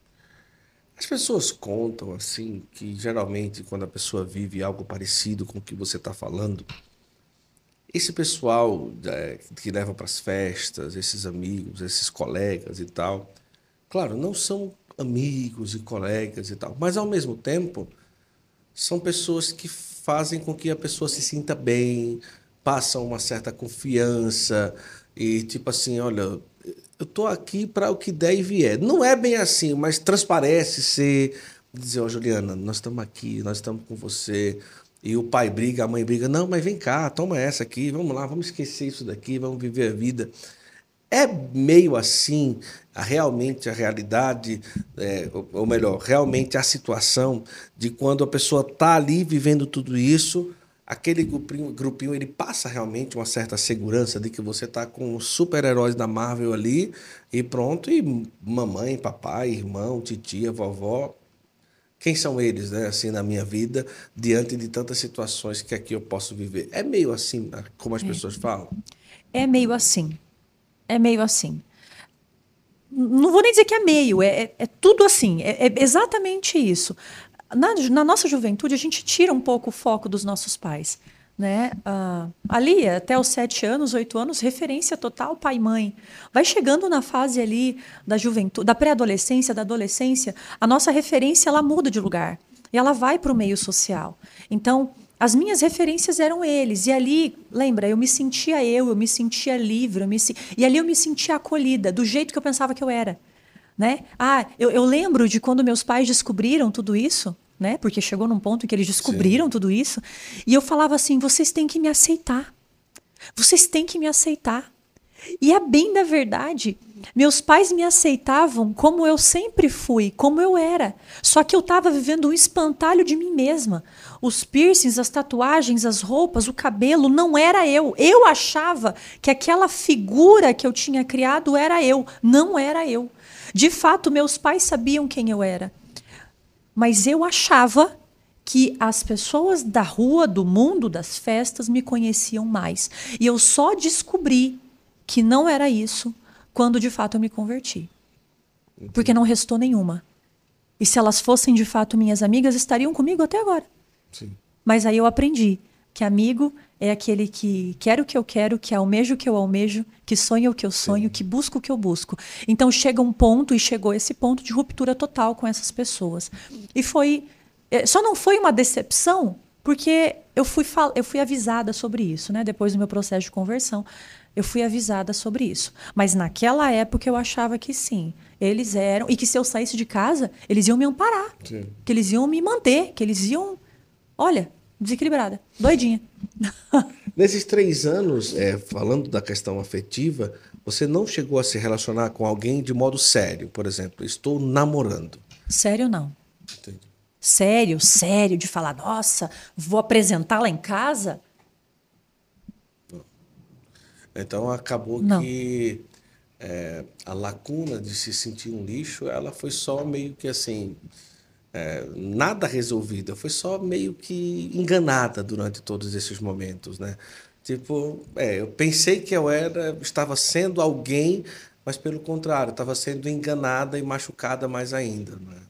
As pessoas contam assim que geralmente quando a pessoa vive algo parecido com o que você está falando, esse pessoal é, que leva para as festas, esses amigos, esses colegas e tal, claro, não são amigos e colegas e tal, mas ao mesmo tempo são pessoas que fazem com que a pessoa se sinta bem, passam uma certa confiança e tipo assim, olha, eu tô aqui para o que der e vier. Não é bem assim, mas transparece ser dizer, ó, oh, Juliana, nós estamos aqui, nós estamos com você. E o pai briga, a mãe briga, não, mas vem cá, toma essa aqui, vamos lá, vamos esquecer isso daqui, vamos viver a vida. É meio assim, a, realmente a realidade, é, ou, ou melhor, realmente a situação de quando a pessoa está ali vivendo tudo isso, aquele grupinho, grupinho ele passa realmente uma certa segurança de que você está com os super-heróis da Marvel ali e pronto, e mamãe, papai, irmão, titia, vovó, quem são eles, né, assim, na minha vida, diante de tantas situações que aqui eu posso viver? É meio assim, como as pessoas falam? É meio assim. É meio assim. Não vou nem dizer que é meio, é, é, é tudo assim. É, é exatamente isso. Na, na nossa juventude, a gente tira um pouco o foco dos nossos pais. Né? Ah, ali, até os sete anos, oito anos, referência total pai e mãe. Vai chegando na fase ali da juventude, da pré-adolescência, da adolescência, a nossa referência ela muda de lugar. E ela vai para o meio social. Então, as minhas referências eram eles. E ali, lembra, eu me sentia eu, eu me sentia livre. Eu me, e ali eu me sentia acolhida, do jeito que eu pensava que eu era. Né? Ah, eu, eu lembro de quando meus pais descobriram tudo isso, né? Porque chegou num ponto em que eles descobriram Sim. tudo isso. E eu falava assim, vocês têm que me aceitar. Vocês têm que me aceitar. E a bem da verdade, meus pais me aceitavam como eu sempre fui, como eu era. Só que eu estava vivendo um espantalho de mim mesma. Os piercings, as tatuagens, as roupas, o cabelo, não era eu. Eu achava que aquela figura que eu tinha criado era eu. Não era eu. De fato, meus pais sabiam quem eu era. Mas eu achava que as pessoas da rua, do mundo, das festas, me conheciam mais. E eu só descobri que não era isso quando, de fato, eu me converti. Entendi. Porque não restou nenhuma. E se elas fossem, de fato, minhas amigas, estariam comigo até agora. Sim. Mas aí eu aprendi que amigo é aquele que quer o que eu quero, que almeja o que eu almejo, que sonha o que eu sonho, Sim. que busca o que eu busco. Então chega um ponto, e chegou esse ponto de ruptura total com essas pessoas. E foi... Só não foi uma decepção, porque eu fui, fal... eu fui avisada sobre isso, né? Depois do meu processo de conversão, eu fui avisada sobre isso. Mas naquela época eu achava que sim, eles eram... E que se eu saísse de casa, eles iam me amparar. Sim. Que eles iam me manter, que eles iam... Olha... Desequilibrada, doidinha. Nesses três anos, é, falando da questão afetiva, você não chegou a se relacionar com alguém de modo sério, por exemplo, estou namorando. Sério, não. Entendi. Sério, sério, de falar, nossa, vou apresentá-la em casa? Não. Então acabou não. que é, a lacuna de se sentir um lixo, ela foi só meio que assim... É, nada resolvida, foi só meio que enganada durante todos esses momentos, né? Tipo, é, eu pensei que eu era, estava sendo alguém, mas pelo contrário, estava sendo enganada e machucada mais ainda, né?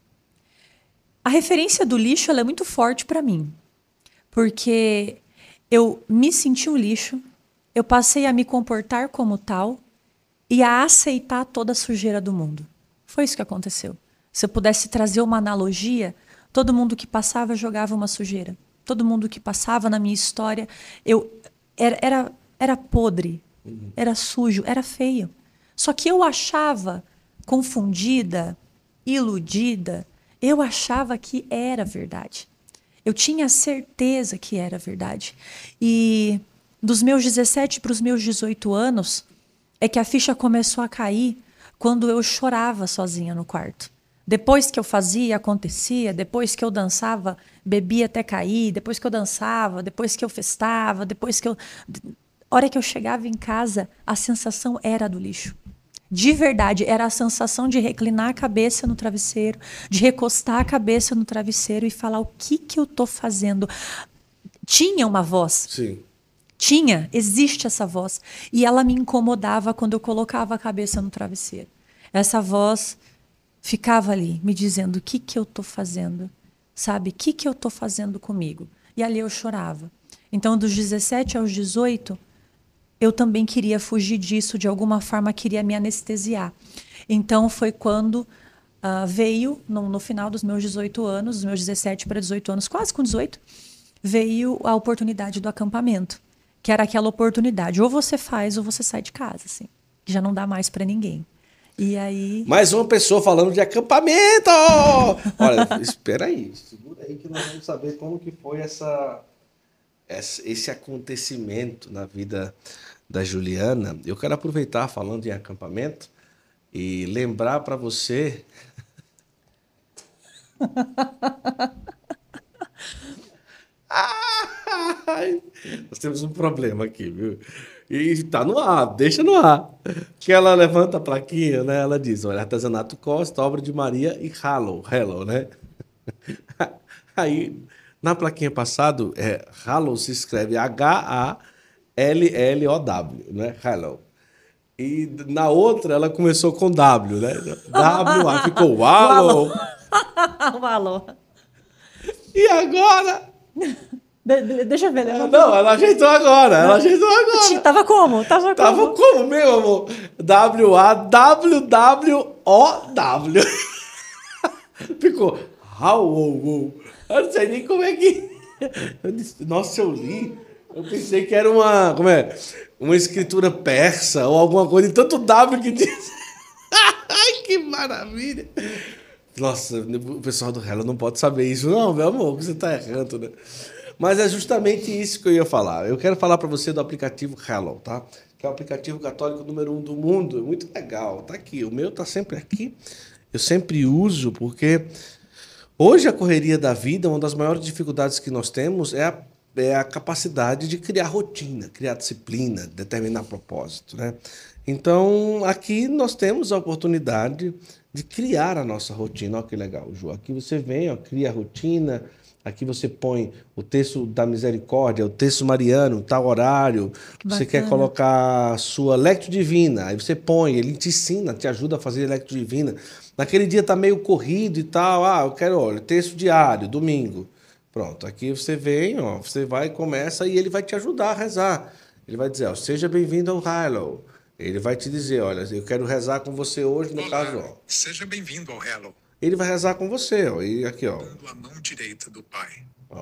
A referência do lixo ela é muito forte para mim, porque eu me senti um lixo, eu passei a me comportar como tal e a aceitar toda a sujeira do mundo. Foi isso que aconteceu. Se eu pudesse trazer uma analogia, todo mundo que passava jogava uma sujeira. Todo mundo que passava na minha história, eu era, era, era podre, uhum. era sujo, era feio. Só que eu achava, confundida, iludida, eu achava que era verdade. Eu tinha certeza que era verdade. E dos meus dezessete para os meus dezoito anos, é que a ficha começou a cair quando eu chorava sozinha no quarto. Depois que eu fazia, acontecia. Depois que eu dançava, bebia até cair. Depois que eu dançava, depois que eu festava, depois que eu... A hora que eu chegava em casa, a sensação era do lixo. De verdade, era a sensação de reclinar a cabeça no travesseiro, de recostar a cabeça no travesseiro e falar o que, que eu estou fazendo. Tinha uma voz. Sim. Tinha, existe essa voz. E ela me incomodava quando eu colocava a cabeça no travesseiro. Essa voz... ficava ali, me dizendo o que, que eu estou fazendo, sabe? O que, que eu estou fazendo comigo? E ali eu chorava. Então, dos dezessete aos dezoito, eu também queria fugir disso, de alguma forma queria me anestesiar. Então, foi quando uh, veio, no, no final dos meus dezoito anos, dos meus dezessete para dezoito anos, quase com dezoito, veio a oportunidade do acampamento, que era aquela oportunidade, ou você faz ou você sai de casa, assim, que já não dá mais para ninguém. E aí... Mais uma pessoa falando de acampamento! Olha, espera aí, segura aí que nós vamos saber como que foi essa, essa, esse acontecimento na vida da Juliana, eu quero aproveitar falando em acampamento e lembrar para você... Ai, nós temos um problema aqui, viu? E tá no ar, deixa no ar. Que ela levanta a plaquinha, né? Ela diz, olha, artesanato Costa, obra de Maria e Hallow, Hello, né? Aí, na plaquinha passado, é, Hallow se escreve H A L L O W, né? Hallow. E na outra, ela começou com W, né? W A, ficou Wallow. Wallow. E agora... De, de, deixa eu ver. Não, não, ela ajeitou agora. Ela ajeitou agora. Tava como? Tava como? Tava como, meu amor? W A W W O W. Ficou. How, wow, wow. Eu não sei nem como é que... Eu disse, nossa, eu li. Eu pensei que era uma... Como é? Uma escritura persa ou alguma coisa. E tanto W que diz... Ai, que maravilha. Nossa, o pessoal do Hello não pode saber isso. Não, meu amor, você tá errando, né? Mas é justamente isso que eu ia falar. Eu quero falar para você do aplicativo Hello, tá? Que é o aplicativo católico número um do mundo. É muito legal. Tá aqui. O meu tá sempre aqui. Eu sempre uso porque hoje a correria da vida, uma das maiores dificuldades que nós temos é a, é a capacidade de criar rotina, criar disciplina, determinar propósito, né? Então, aqui nós temos a oportunidade de criar a nossa rotina. Olha que legal, Ju. Aqui você vem, ó, cria a rotina. Aqui você põe o texto da misericórdia, o texto mariano, tal horário. Que você quer colocar a sua lectio divina. Aí você põe, ele te ensina, te ajuda a fazer lectio divina. Naquele dia tá meio corrido e tal. Ah, eu quero, olha, texto diário, domingo. Pronto, aqui você vem, ó, você vai e começa e ele vai te ajudar a rezar. Ele vai dizer, ó, seja bem-vindo ao Hello. Ele vai te dizer, olha, eu quero rezar com você hoje, no Olá, caso, ó. Seja bem-vindo ao Hello. Ele vai rezar com você, ó. E aqui, ó. Dando a mão direita do Pai. Ó.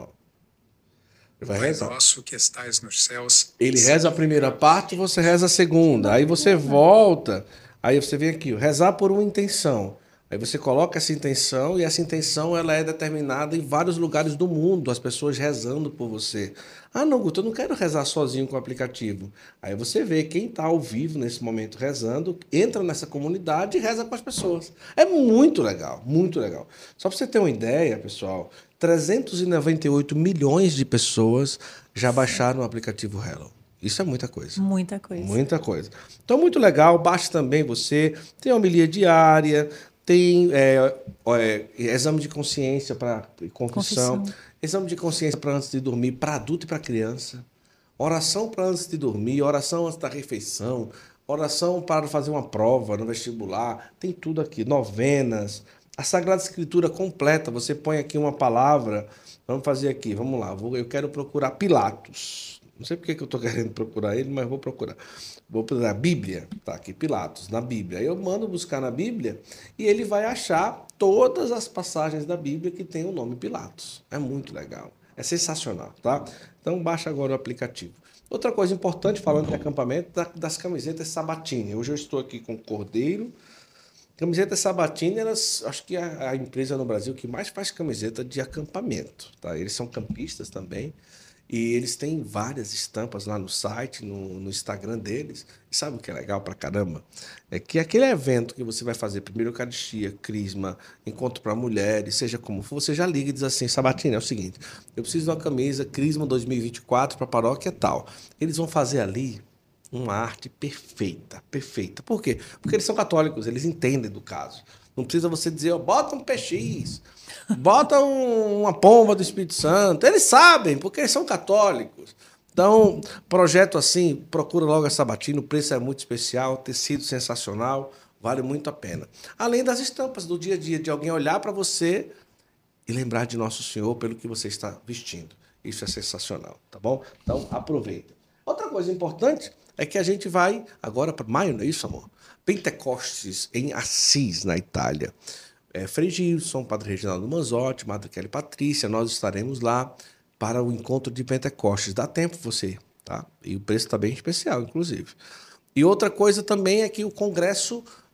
Ele vai Pai rezar. nosso que estais nos céus. Ele reza a primeira parte, você reza a segunda. Aí você volta, aí você vem aqui, ó, rezar por uma intenção. Aí você coloca essa intenção e essa intenção ela é determinada em vários lugares do mundo, as pessoas rezando por você. Ah, não, Guto, eu não quero rezar sozinho com o aplicativo. Aí você vê quem está ao vivo nesse momento rezando, entra nessa comunidade e reza com as pessoas. É muito legal, muito legal. Só para você ter uma ideia, pessoal, trezentos e noventa e oito milhões de pessoas já baixaram o aplicativo Hello. Isso é muita coisa. Muita coisa. Muita coisa. Então, muito legal. Baixe também você. Tem homilia diária, tem é, é, exame de consciência para confissão, confissão, exame de consciência para antes de dormir, para adulto e para criança, oração para antes de dormir, oração antes da refeição, oração para fazer uma prova no vestibular, tem tudo aqui, novenas, a Sagrada Escritura completa, você põe aqui uma palavra, vamos fazer aqui, vamos lá, eu quero procurar Pilatos. Não sei porque que eu estou querendo procurar ele, mas vou procurar. Vou procurar a Bíblia, tá aqui, Pilatos, na Bíblia. Aí eu mando buscar na Bíblia e ele vai achar todas as passagens da Bíblia que tem o nome Pilatos. É muito legal, é sensacional, tá? Então baixa agora o aplicativo. Outra coisa importante, falando de acampamento, das camisetas Sabatini. Hoje eu estou aqui com o Cordeiro. Camiseta Sabatini, elas, acho que é a empresa no Brasil que mais faz camiseta de acampamento, tá? Eles são campistas também. E eles têm várias estampas lá no site, no, no Instagram deles. E sabe o que é legal pra caramba? É que aquele evento que você vai fazer, primeiro Eucaristia, Crisma, Encontro para Mulheres, seja como for, você já liga e diz assim, Sabatini, é o seguinte, eu preciso de uma camisa Crisma dois mil e vinte e quatro para paróquia tal. Eles vão fazer ali uma arte perfeita, perfeita. Por quê? Porque eles são católicos, eles entendem do caso. Não precisa você dizer, ó, bota um P X, bota um, uma pomba do Espírito Santo. Eles sabem, porque eles são católicos. Então, projeto assim, procura logo a Sabatini, o preço é muito especial, tecido sensacional, vale muito a pena. Além das estampas do dia a dia, de alguém olhar para você e lembrar de Nosso Senhor pelo que você está vestindo. Isso é sensacional, tá bom? Então, aproveita. Outra coisa importante é que a gente vai agora para maio, não é isso, amor? Pentecostes em Assis, na Itália. É, Frei Gilson, Padre Reginaldo Manzotti, Madre Kelly Patrícia, nós estaremos lá para o encontro de Pentecostes. Dá tempo você, tá? E o preço está bem especial, inclusive. E outra coisa também é que o Congresso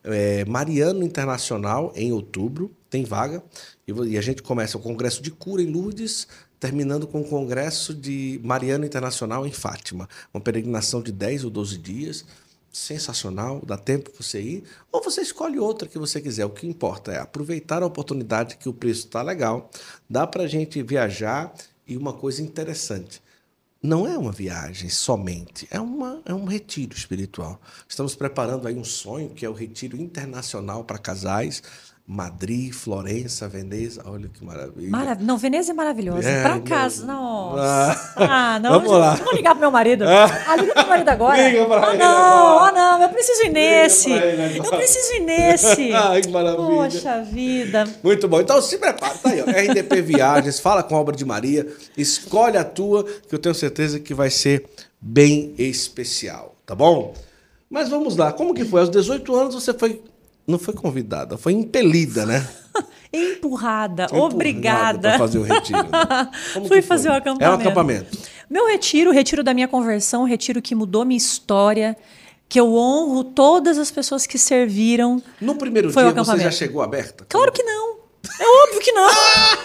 é, Mariano Internacional, em outubro, tem vaga. E, vo- e a gente começa o Congresso de Cura em Lourdes, terminando com o Congresso de Mariano Internacional em Fátima. Uma peregrinação de dez ou doze dias. Sensacional, dá tempo para você ir. Ou você escolhe outra que você quiser. O que importa é aproveitar a oportunidade, que o preço está legal. Dá para a gente viajar. E uma coisa interessante, não é uma viagem somente, é, uma, é um retiro espiritual. Estamos preparando aí um sonho, que é o retiro internacional para casais. Madrid, Florença, Veneza, olha que maravilha. Marav não, Veneza é maravilhosa. É, pra não- casa, nossa. Ah. Ah, não. Vamos lá. Vou ligar pro meu marido. Ah. Ah, liga pro meu marido agora. Liga pra ah, ele não, agora. ah, não, eu preciso ir nesse. pra ele agora. Eu preciso ir nesse. Ai, que maravilha. Poxa vida. Muito bom. Então se prepara, tá aí, ó. R D P Viagens, fala com a Obra de Maria, escolhe a tua, que eu tenho certeza que vai ser bem especial, tá bom? Mas vamos lá, como que foi? Aos dezoito anos você foi, não foi convidada, foi impelida, né? Empurrada, Foi empurrada obrigada. pra fazer o retiro, né? Como Fui que foi? fazer o acampamento. É um acampamento. Meu retiro, o retiro da minha conversão, o retiro que mudou minha história, que eu honro todas as pessoas que serviram. No primeiro Foi o dia você acampamento. já chegou aberta? Claro que não. É óbvio que não.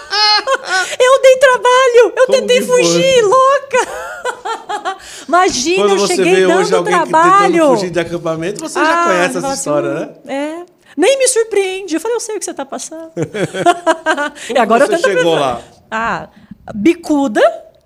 Eu dei trabalho. Eu Como tentei que foi? fugir, louca. Imagina, Quando eu você cheguei vê dando hoje alguém que trabalho. tentando fugir de acampamento, você já Ah, conhece fala essa assim, história, né? É. Nem me surpreende. Eu falei, eu sei o que você está passando. Como e agora você eu tento chegou pensar. lá? Ah, bicuda,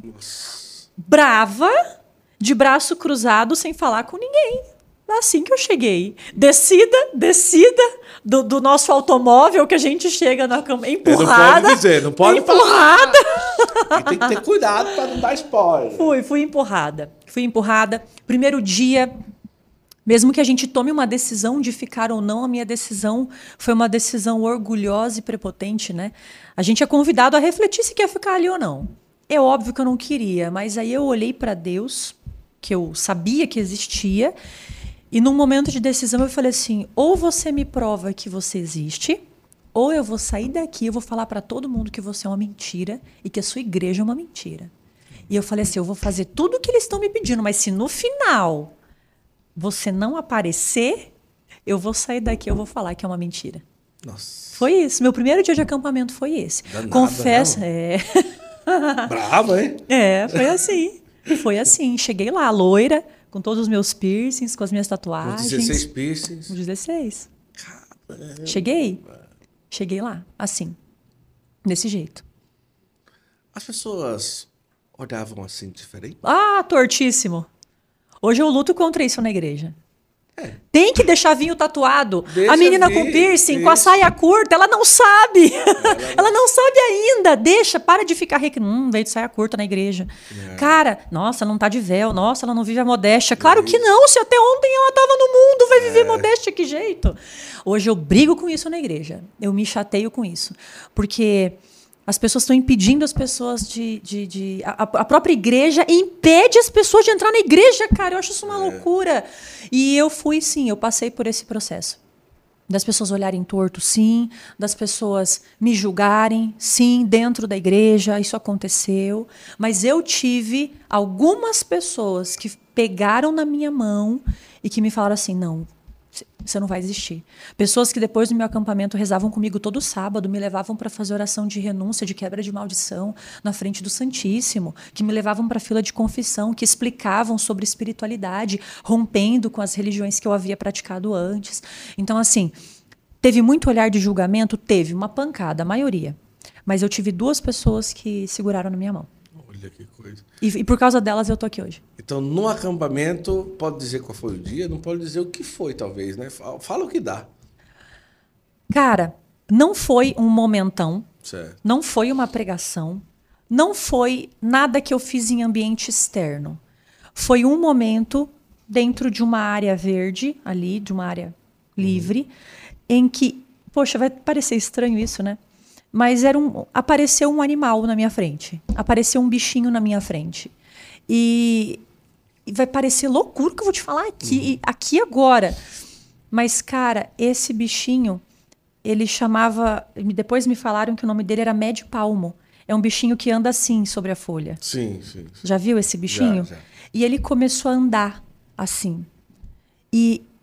brava, de braço cruzado, sem falar com ninguém. Assim que eu cheguei. Descida, descida do, do nosso automóvel, que a gente chega na cama, empurrada. Não pode dizer, não pode empurrada. E tem que ter cuidado para não dar spoiler. Fui, fui empurrada. Fui empurrada. Primeiro dia, mesmo que a gente tome uma decisão de ficar ou não, a minha decisão foi uma decisão orgulhosa e prepotente, né? A gente é convidado a refletir se quer ficar ali ou não. É óbvio que eu não queria, mas aí eu olhei para Deus, que eu sabia que existia, e num momento de decisão eu falei assim, ou você me prova que você existe, ou eu vou sair daqui, eu vou falar para todo mundo que você é uma mentira e que a sua igreja é uma mentira. E eu falei assim, eu vou fazer tudo o que eles estão me pedindo, mas se no final você não aparecer, eu vou sair daqui, eu vou falar que é uma mentira. Nossa. Foi isso. Meu primeiro dia de acampamento foi esse. Danada, Confesso, não. é. Brava, hein? É, foi assim. Foi assim. Cheguei lá, loira, com todos os meus piercings, com as minhas Os tatuagens. dezesseis piercings. Com dezesseis. Cheguei. Cheguei lá, assim. Desse jeito. As pessoas olhavam assim diferente? Ah, tortíssimo. Hoje eu luto contra isso na igreja. É. Tem que deixar vinho tatuado. Deixa a menina vir, com piercing, isso. com a saia curta, ela não sabe. Ela não sabe ainda. Deixa, para de ficar rica. Hum, veio de saia curta na igreja. É. Cara, nossa, ela não tá de véu. Nossa, ela não vive a modéstia. Claro que não. Se até ontem ela tava no mundo, vai É. viver modéstia, que jeito? Hoje eu brigo com isso na igreja. Eu me chateio com isso. Porque as pessoas estão impedindo as pessoas de... de, de a, a própria igreja impede as pessoas de entrar na igreja, cara. Eu acho isso uma loucura. E eu fui, sim, eu passei por esse processo. Das pessoas olharem torto, sim. Das pessoas me julgarem, sim, dentro da igreja. Isso aconteceu. Mas eu tive algumas pessoas que pegaram na minha mão e que me falaram assim, não, você não vai existir. Pessoas que depois do meu acampamento rezavam comigo todo sábado, me levavam para fazer oração de renúncia, de quebra de maldição na frente do Santíssimo, que me levavam para a fila de confissão, que explicavam sobre espiritualidade, rompendo com as religiões que eu havia praticado antes. Então, assim, teve muito olhar de julgamento? Teve, uma pancada, a maioria. Mas eu tive duas pessoas que seguraram na minha mão. Olha que coisa. E, e por causa delas eu tô aqui hoje. Então, no acampamento, pode dizer qual foi o dia, não pode dizer o que foi, talvez, né? Fala, fala o que dá. Cara, não foi um momentão, Certo. não foi uma pregação, não foi nada que eu fiz em ambiente externo. Foi um momento dentro de uma área verde, ali, de uma área livre, em que, poxa, vai parecer estranho isso, né? Mas era um, apareceu um animal na minha frente. Apareceu um bichinho na minha frente. E, e vai parecer loucura o que eu vou te falar aqui, aqui agora. Mas, cara, esse bichinho, ele chamava... Depois me falaram que o nome dele era médio palmo. É um bichinho que anda assim sobre a folha. Sim, sim. sim. Já viu esse bichinho? Já, já. E ele começou a andar assim. E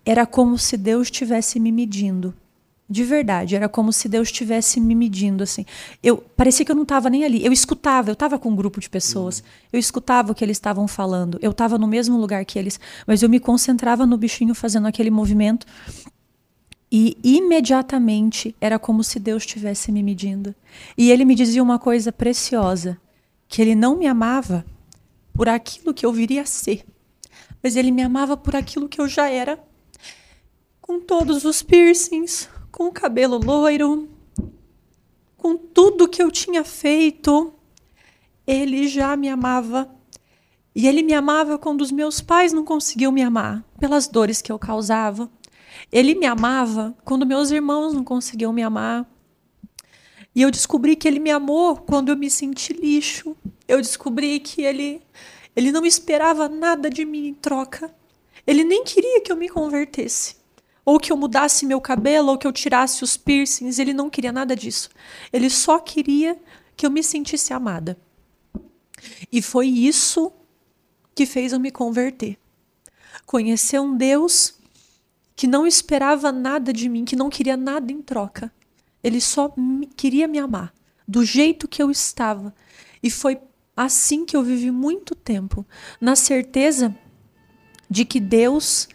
era como se Deus estivesse me medindo. De verdade, era como se Deus estivesse me medindo, assim. Eu, parecia que eu não estava nem ali. Eu escutava, eu estava com um grupo de pessoas. Uhum. Eu escutava o que eles estavam falando. Eu estava no mesmo lugar que eles. Mas eu me concentrava no bichinho fazendo aquele movimento. E imediatamente era como se Deus estivesse me medindo. E ele me dizia uma coisa preciosa. Que ele não me amava por aquilo que eu viria a ser. Mas ele me amava por aquilo que eu já era. Com todos os piercings, com o cabelo loiro, com tudo que eu tinha feito, ele já me amava. E ele me amava quando os meus pais não conseguiam me amar, pelas dores que eu causava. Ele me amava quando meus irmãos não conseguiam me amar. E eu descobri que ele me amou quando eu me senti lixo. Eu descobri que ele, ele não esperava nada de mim em troca. Ele nem queria que eu me convertesse. Ou que eu mudasse meu cabelo, ou que eu tirasse os piercings. Ele não queria nada disso. Ele só queria que eu me sentisse amada. E foi isso que fez eu me converter. Conhecer um Deus que não esperava nada de mim, que não queria nada em troca. Ele só me, queria me amar, do jeito que eu estava. E foi assim que eu vivi muito tempo, na certeza de que Deus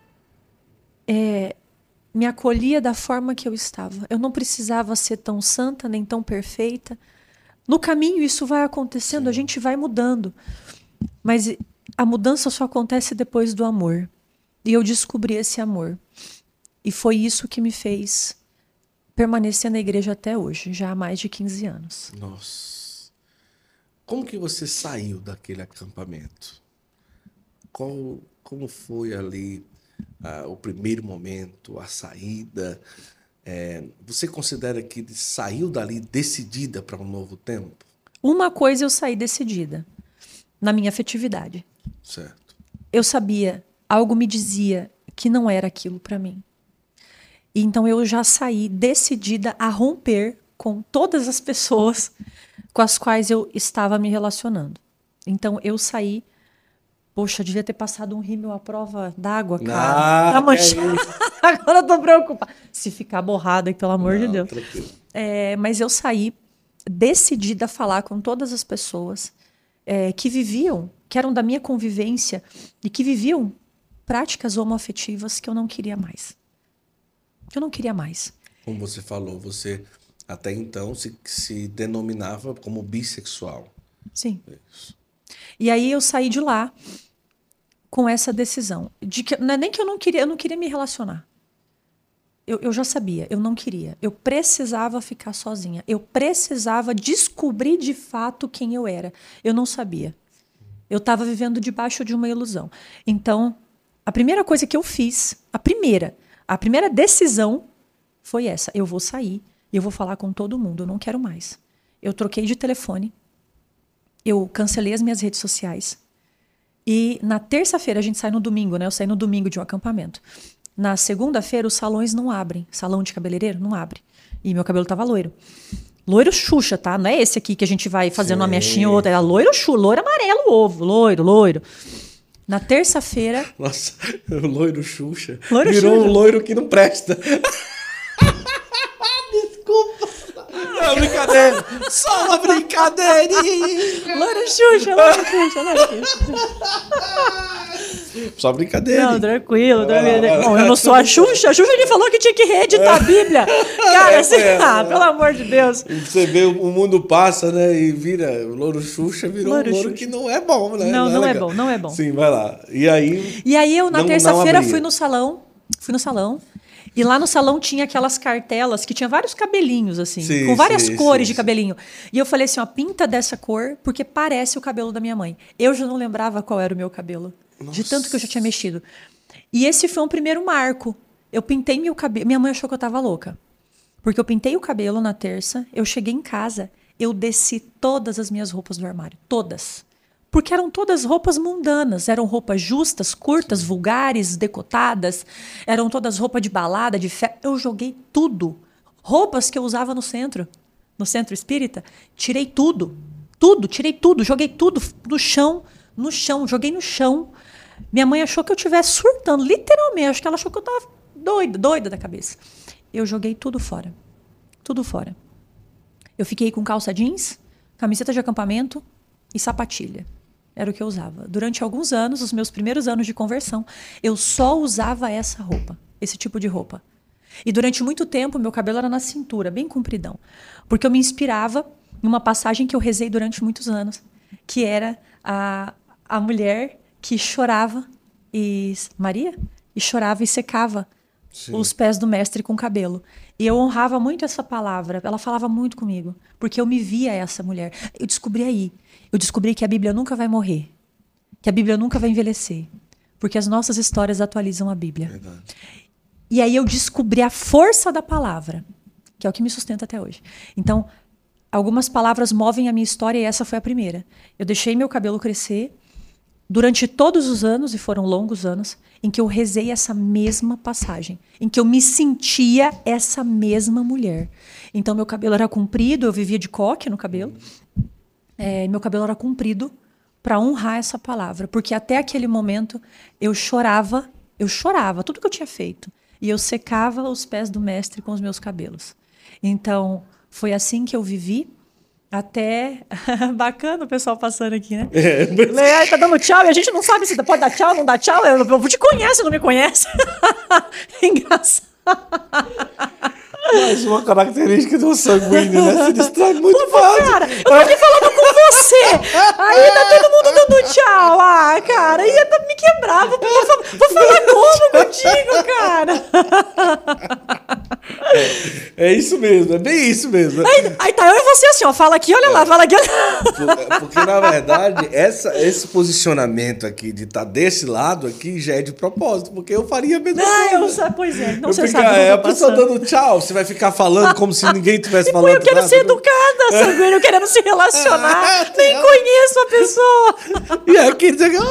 é, me acolhia da forma que eu estava. Eu não precisava ser tão santa, nem tão perfeita. No caminho isso vai acontecendo, Sim. a gente vai mudando. Mas a mudança só acontece depois do amor. E eu descobri esse amor. E foi isso que me fez permanecer na igreja até hoje, já há mais de quinze anos. Nossa. Como que você saiu daquele acampamento? Qual, como foi ali ah, o primeiro momento, a saída? É, você considera que saiu dali decidida para um novo tempo? Uma coisa eu saí decidida, na minha afetividade. Certo. Eu sabia, algo me dizia que não era aquilo para mim. E então eu já saí decidida a romper com todas as pessoas com as quais eu estava me relacionando. Então eu saí, poxa, devia ter passado um rímel à prova d'água, cara. Ah, tá manchado. É Agora eu tô preocupada. Se ficar borrada, pelo amor Não, de Deus. É, mas eu saí decidida a falar com todas as pessoas é, que viviam, que eram da minha convivência e que viviam práticas homoafetivas que eu não queria mais. Eu não queria mais. Como você falou, você até então se, se denominava como bissexual. Sim. Isso. E aí eu saí de lá com essa decisão. De que, não é nem que eu não queria, eu não queria me relacionar. Eu, eu já sabia, eu não queria. Eu precisava ficar sozinha. Eu precisava descobrir de fato quem eu era. Eu não sabia. Eu estava vivendo debaixo de uma ilusão. Então, a primeira coisa que eu fiz, a primeira... A primeira decisão foi essa. Eu vou sair e eu vou falar com todo mundo. Eu não quero mais. Eu troquei de telefone. Eu cancelei as minhas redes sociais. E na terça-feira, a gente sai no domingo, né? Eu saí no domingo de um acampamento. Na segunda-feira, os salões não abrem. Salão de cabeleireiro não abre. E meu cabelo tava loiro. Loiro Xuxa, tá? Não é esse aqui que a gente vai fazendo Sim. uma mechinha ou outra. Era loiro Xuxa, loiro amarelo ovo. Loiro, loiro. Na terça-feira... Nossa, o loiro Xuxa loiro virou Xuxa. um loiro que não presta. Desculpa. Não, brincadeira. Só uma brincadeirinha. Loiro Xuxa, loiro Xuxa, loiro Xuxa. Só brincadeira. Não, tranquilo. tranquilo. Bom, eu não sou a Xuxa. A Xuxa que falou que tinha que reeditar a Bíblia. Cara, é, assim, é, ah, pelo amor de Deus. Você vê, o mundo passa, né? E vira, o louro Xuxa virou louro um louro Xuxa. Que não é bom, né? Não, não, não é, é bom, não é bom. Sim, vai lá. E aí... E aí eu, na terça-feira, fui no salão. Fui no salão. E lá no salão tinha aquelas cartelas que tinha vários cabelinhos, assim, sim, com várias sim, cores sim, de cabelinho. E eu falei assim, ó, pinta dessa cor, porque parece o cabelo da minha mãe. Eu já não lembrava qual era o meu cabelo. Nossa. De tanto que eu já tinha mexido. E esse foi um primeiro marco. Eu pintei meu cabelo. Minha mãe achou que eu tava louca. Porque eu pintei o cabelo na terça, eu cheguei em casa, eu desci todas as minhas roupas do armário. Todas. Porque eram todas roupas mundanas. Eram roupas justas, curtas, vulgares, decotadas. Eram todas roupas de balada, de festa. Eu joguei tudo. Roupas que eu usava no centro, no centro espírita. Tirei tudo. Tudo, tirei tudo. Joguei tudo no chão. No chão, joguei no chão. Minha mãe achou que eu estivesse surtando, literalmente. Acho que ela achou que eu estava doida, doida da cabeça. Eu joguei tudo fora. Tudo fora. Eu fiquei com calça jeans, camiseta de acampamento e sapatilha. Era o que eu usava. Durante alguns anos, os meus primeiros anos de conversão, eu só usava essa roupa, esse tipo de roupa. E durante muito tempo, meu cabelo era na cintura, bem compridão. Porque eu me inspirava numa passagem que eu rezei durante muitos anos, que era a, a mulher que chorava, e Maria, e chorava e secava Sim. os pés do mestre com cabelo. E eu honrava muito essa palavra, ela falava muito comigo, porque eu me via essa mulher. Eu descobri aí, eu descobri que a Bíblia nunca vai morrer, que a Bíblia nunca vai envelhecer, porque as nossas histórias atualizam a Bíblia. Verdade. E aí eu descobri a força da palavra, que é o que me sustenta até hoje. Então, algumas palavras movem a minha história e essa foi a primeira. Eu deixei meu cabelo crescer durante todos os anos, e foram longos anos, em que eu rezei essa mesma passagem, em que eu me sentia essa mesma mulher. Então, meu cabelo era comprido, eu vivia de coque no cabelo. É, meu cabelo era comprido para honrar essa palavra, porque até aquele momento eu chorava, eu chorava tudo que eu tinha feito. E eu secava os pés do mestre com os meus cabelos. Então, foi assim que eu vivi até... Bacana o pessoal passando aqui, né? É, mas... Tá dando tchau e a gente não sabe se pode dar tchau, não dá tchau. Eu, eu te conheço, não me conhece. Engraçado. Mais uma característica do sanguíneo, né? Se distrai muito Pô, fácil. Cara, eu tô aqui falando com você. Aí tá todo mundo dando tchau. Ah, cara, ia me quebrar. Vou, vou, vou falar como contigo, cara? É, é isso mesmo, é bem isso mesmo. Aí, aí tá eu e você assim, ó. Fala aqui, olha é. lá, fala aqui. Olha... Porque, na verdade, essa, esse posicionamento aqui de estar tá desse lado aqui já é de propósito, porque eu faria a mesma não, coisa. Eu, pois é, não eu você ficar, sabe. É a pessoa dando tchau, você vai ficar falando como se ninguém estivesse falando eu quero nada. ser educada, sanguíneo, eu querendo se relacionar. Nem conheço a pessoa. E aqui diz que...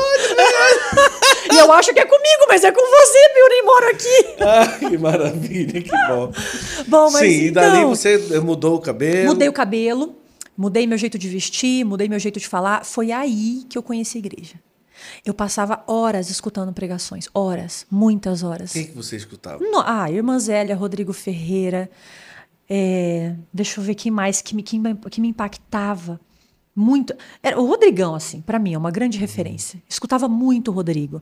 E eu acho que é comigo, mas é com você, meu, eu nem moro aqui. Ah, que maravilha, que bom. Bom, mas Sim, então, e dali você mudou o cabelo. Mudei o cabelo, mudei meu jeito de vestir, mudei meu jeito de falar. Foi aí que eu conheci a igreja. Eu passava horas escutando pregações, horas, muitas horas. Quem que você escutava? No, ah, Irmã Zélia, Rodrigo Ferreira, é, deixa eu ver quem mais que me, que me, que me impactava muito. Era o Rodrigão, assim, para mim, é uma grande referência. Escutava muito o Rodrigo.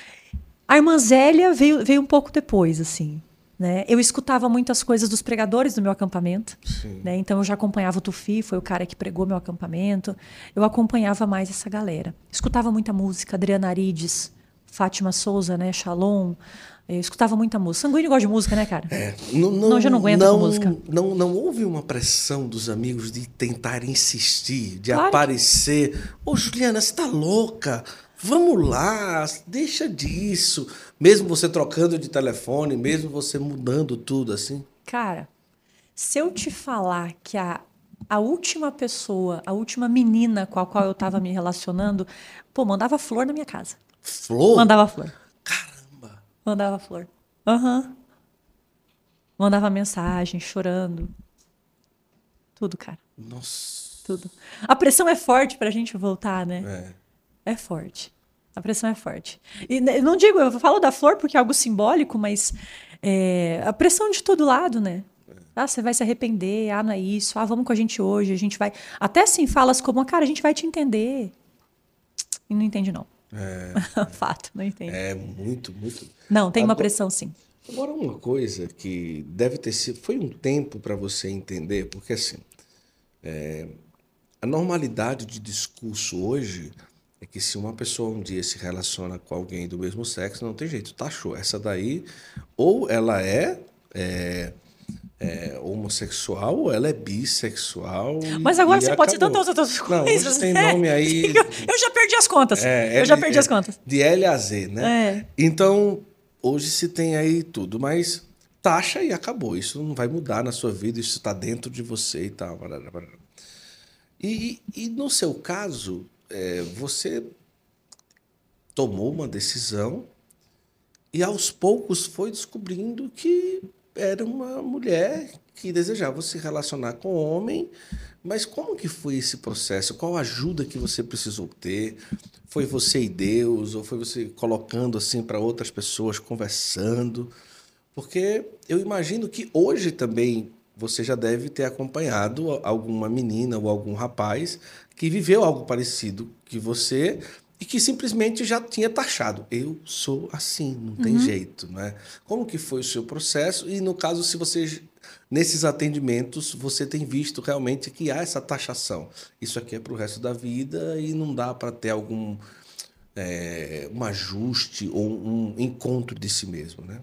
A Irmã Zélia veio, veio um pouco depois, assim. Né? Eu escutava muitas coisas dos pregadores do meu acampamento. Né? Então, eu já acompanhava o Tufi, foi o cara que pregou meu acampamento. Eu acompanhava mais essa galera. Escutava muita música, Adriana Arides, Fátima Souza, né? Shalom. Eu escutava muita música. Sanguíneo gosta de música, né, cara? É, não, não, não, já não aguenta não, com música. Não, não houve uma pressão dos amigos de tentar insistir, de claro aparecer. Ô, que... Juliana, você tá louca? Vamos lá, deixa disso. Mesmo você trocando de telefone, mesmo você mudando tudo assim. Cara, se eu te falar que a, a última pessoa, a última menina com a qual eu tava me relacionando, pô, mandava flor na minha casa. Flor? Mandava flor. Caramba! Mandava flor. Aham. Uhum. Mandava mensagem, chorando. Tudo, cara. Nossa. Tudo. A pressão é forte pra gente voltar, né? É. É forte. A pressão é forte. E não digo, eu falo da flor porque é algo simbólico, mas é, a pressão de todo lado, né? Ah, você vai se arrepender, ah, não é isso, ah, vamos com a gente hoje, a gente vai... Até assim, falas como, cara, a gente vai te entender. E não entende, não. É. Fato, não entende. É muito, muito... Não, tem agora, uma pressão, sim. Agora, uma coisa que deve ter sido... Foi um tempo para você entender, porque assim, é, a normalidade de discurso hoje... é que se uma pessoa um dia se relaciona com alguém do mesmo sexo, não tem jeito, taxou. Essa daí, ou ela é, é, é homossexual, ou ela é bissexual. Mas agora e você acabou. pode ser tantas outras coisas. Não, hoje tem nome aí... Eu já perdi as contas. É, eu já perdi é, as contas. De L a Z, né? É. Então, hoje se tem aí tudo, mas taxa e acabou. Isso não vai mudar na sua vida, isso está dentro de você e tal. E, e no seu caso... É, você tomou uma decisão e aos poucos foi descobrindo que era uma mulher que desejavam se relacionar com o homem, mas como que foi esse processo? Qual ajuda que você precisou ter? Foi você e Deus? Ou foi você colocando assim para outras pessoas, conversando? Porque eu imagino que hoje também você já deve ter acompanhado alguma menina ou algum rapaz que viveu algo parecido que você e que simplesmente já tinha taxado. Eu sou assim, não tem Uhum. jeito, né? Como que foi o seu processo? E no caso, se você, nesses atendimentos, você tem visto realmente que há essa taxação. Isso aqui é para o resto da vida e não dá para ter algum é, um ajuste ou um encontro de si mesmo, né?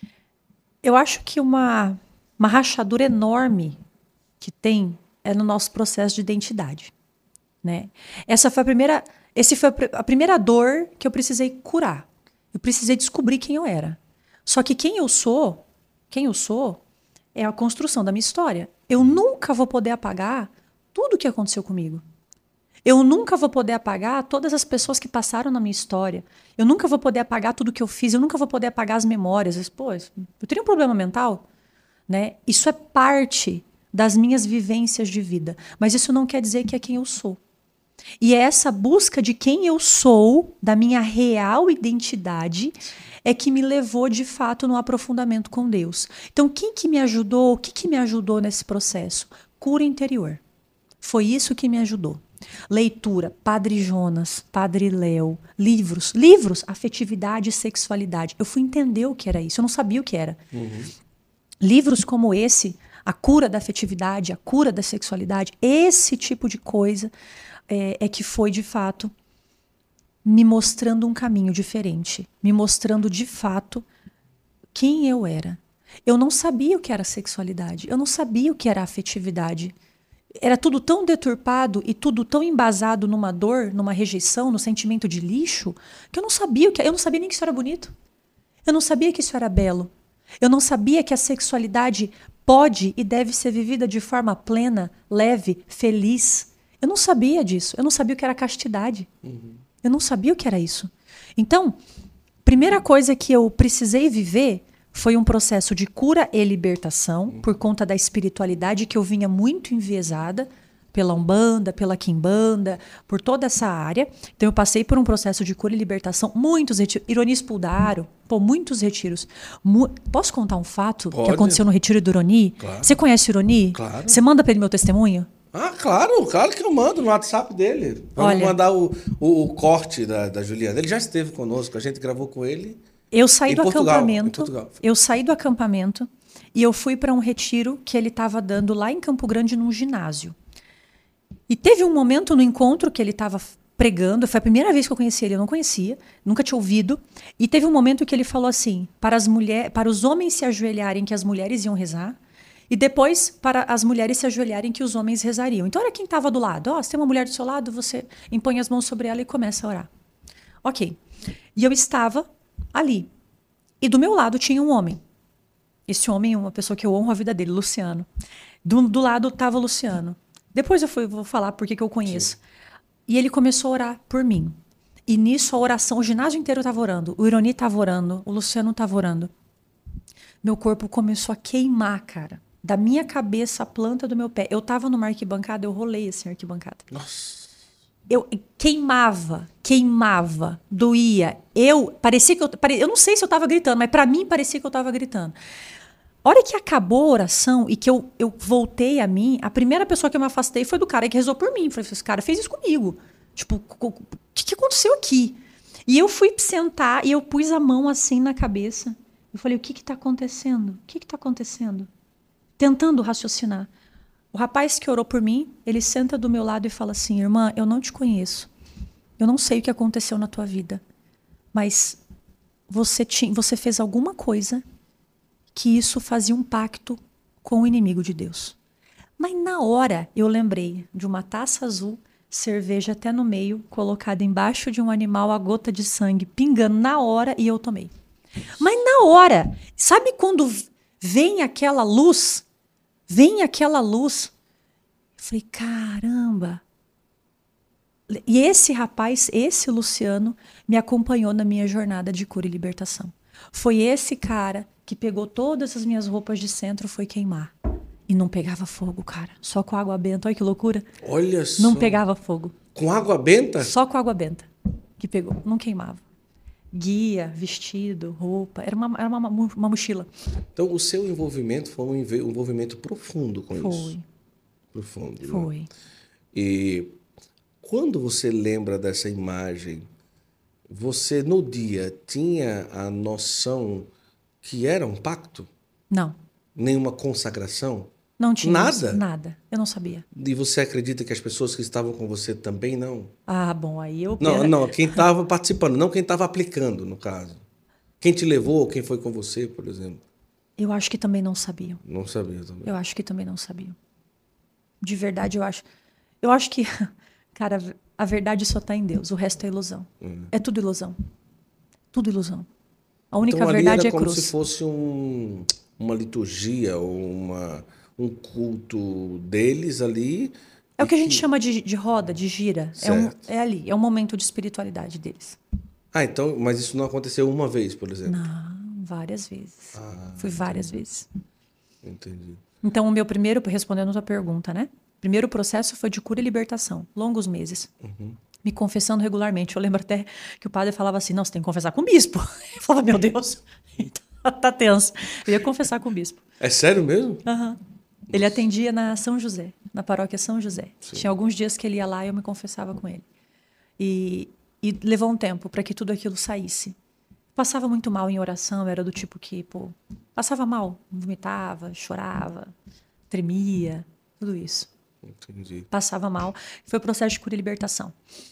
Eu acho que uma, uma rachadura enorme que tem é no nosso processo de identidade, né? Essa foi a primeira, esse foi a, pr- a primeira dor que eu precisei curar. Eu precisei descobrir quem eu era. Só que quem eu sou, quem eu sou, é a construção da minha história. Eu nunca vou poder apagar tudo o que aconteceu comigo. Eu nunca vou poder apagar todas as pessoas que passaram na minha história. Eu nunca vou poder apagar tudo que eu fiz. Eu nunca vou poder apagar as memórias. Pô, eu teria um problema mental, né? Isso é parte das minhas vivências de vida. Mas isso não quer dizer que é quem eu sou. E é essa busca de quem eu sou, da minha real identidade, é que me levou, de fato, no aprofundamento com Deus. Então, quem que me ajudou? O que, que me ajudou nesse processo? Cura interior. Foi isso que me ajudou. Leitura, Padre Jonas, Padre Léo, livros, livros, afetividade e sexualidade. Eu fui entender o que era isso, eu não sabia o que era. Uhum. Livros como esse, a cura da afetividade, a cura da sexualidade, esse tipo de coisa é, é que foi, de fato, me mostrando um caminho diferente, me mostrando, de fato, quem eu era. Eu não sabia o que era sexualidade, eu não sabia o que era afetividade. Era tudo tão deturpado e tudo tão embasado numa dor, numa rejeição, no sentimento de lixo, que eu não sabia o que, eu não sabia nem que isso era bonito. Eu não sabia que isso era belo. Eu não sabia que a sexualidade pode e deve ser vivida de forma plena, leve, feliz. Eu não sabia disso. Eu não sabia o que era castidade. Uhum. Eu não sabia o que era isso. Então, primeira coisa que eu precisei viver foi um processo de cura e libertação, por conta da espiritualidade que eu vinha muito enviesada pela Umbanda, pela Quimbanda, por toda essa área. Então eu passei por um processo de cura e libertação, muitos retiros. Ironi Spuldaro, pô, muitos retiros. Mu- Posso contar um fato Pode. que aconteceu no retiro do Ironi? Claro. Você conhece o Ironi? Claro. Você manda para ele meu testemunho? Ah, claro, claro que eu mando no WhatsApp dele. Vamos Olha, mandar o, o, o corte da, da Juliana. Ele já esteve conosco, a gente gravou com ele. Eu saí Em do Portugal, acampamento. em Portugal. Eu saí do acampamento e eu fui para um retiro que ele estava dando lá em Campo Grande, num ginásio. E teve um momento no encontro que ele estava pregando, foi a primeira vez que eu conheci ele, eu não conhecia, nunca tinha ouvido. E teve um momento que ele falou assim: para as mulheres, para os homens se ajoelharem, que as mulheres iam rezar, e depois para as mulheres se ajoelharem, que os homens rezariam. Então era quem estava do lado. Ó, oh, se tem uma mulher do seu lado, você impõe as mãos sobre ela e começa a orar. Ok. E eu estava ali. E do meu lado tinha um homem. Esse homem é uma pessoa que eu honro a vida dele, Luciano. Do, do lado estava o Luciano. Depois eu fui, vou falar por que eu conheço. Sim. E ele começou a orar por mim. E nisso a oração, o ginásio inteiro estava orando. O Ironi estava orando, o Luciano estava orando. Meu corpo começou a queimar, cara. Da minha cabeça à planta do meu pé. Eu estava numa arquibancada, eu rolei assim, arquibancada. Nossa. Eu queimava, queimava, doía. Eu, parecia que eu, pare, eu não sei se eu estava gritando, mas para mim parecia que eu estava gritando. A hora que acabou a oração e que eu, eu voltei a mim, a primeira pessoa que eu me afastei foi do cara que rezou por mim. Eu falei, esse cara fez isso comigo. Tipo, o que, que aconteceu aqui? E eu fui sentar e eu pus a mão assim na cabeça. Eu falei, o que está acontecendo? O que está acontecendo? Tentando raciocinar. O rapaz que orou por mim, ele senta do meu lado e fala assim: irmã, eu não te conheço. Eu não sei o que aconteceu na tua vida. Mas você, tinha, você fez alguma coisa que isso fazia um pacto com o inimigo de Deus. Mas na hora eu lembrei de uma taça azul, cerveja até no meio, colocada embaixo de um animal, a gota de sangue pingando na hora, e eu tomei. Mas na hora, sabe quando vem aquela luz? Vem aquela luz. Eu falei, caramba. E esse rapaz, esse Luciano, me acompanhou na minha jornada de cura e libertação. Foi esse cara que pegou todas as minhas roupas de centro e foi queimar. E não pegava fogo, cara. Só com água benta. Olha que loucura. Olha só. Não pegava fogo. Com água benta? Só com água benta que pegou. Não queimava. Guia, vestido, roupa. Era uma, era uma, uma mochila. Então, o seu envolvimento foi um enve- um envolvimento profundo com Foi. isso. Profundo. né? Foi. E quando você lembra dessa imagem, você no dia tinha a noção que era um pacto? Não. Nenhuma consagração? Não tinha. Nada? Nada. Eu não sabia. E você acredita que as pessoas que estavam com você também não? Ah, bom, aí eu... Não, não, quem estava participando, não quem estava aplicando, no caso. Quem te levou, quem foi com você, por exemplo? Eu acho que também não sabiam. Não sabia também. Eu acho que também não sabiam. De verdade, eu acho. Eu acho que, cara, a verdade só está em Deus. O resto é ilusão. Hum. É tudo ilusão. Tudo ilusão. A única Então, ali verdade era é como cruz. se fosse um, uma liturgia ou uma, um culto deles ali. É o e que a gente chama de, de roda, de gira. É, um, Certo. é ali. É um momento de espiritualidade deles. Ah, então, mas isso não aconteceu uma vez, por exemplo? Não, várias vezes. Ah, Fui várias vezes. Entendi. Então, o meu primeiro, respondendo a tua pergunta, né? Primeiro processo foi de cura e libertação, longos meses. Uhum. Me confessando regularmente. Eu lembro até que o padre falava assim, não, você tem que confessar com o bispo. Eu falava, meu Deus, tá, tá tenso. Eu ia confessar com o bispo. É sério mesmo? Aham. Ele atendia na São José, na paróquia São José. Sim. Tinha alguns dias que ele ia lá e eu me confessava com ele. E, e levou um tempo para que tudo aquilo saísse. Passava muito mal em oração, era do tipo que, pô, passava mal, vomitava, chorava, tremia, tudo isso. Entendi. Passava mal. Foi o processo de cura e libertação.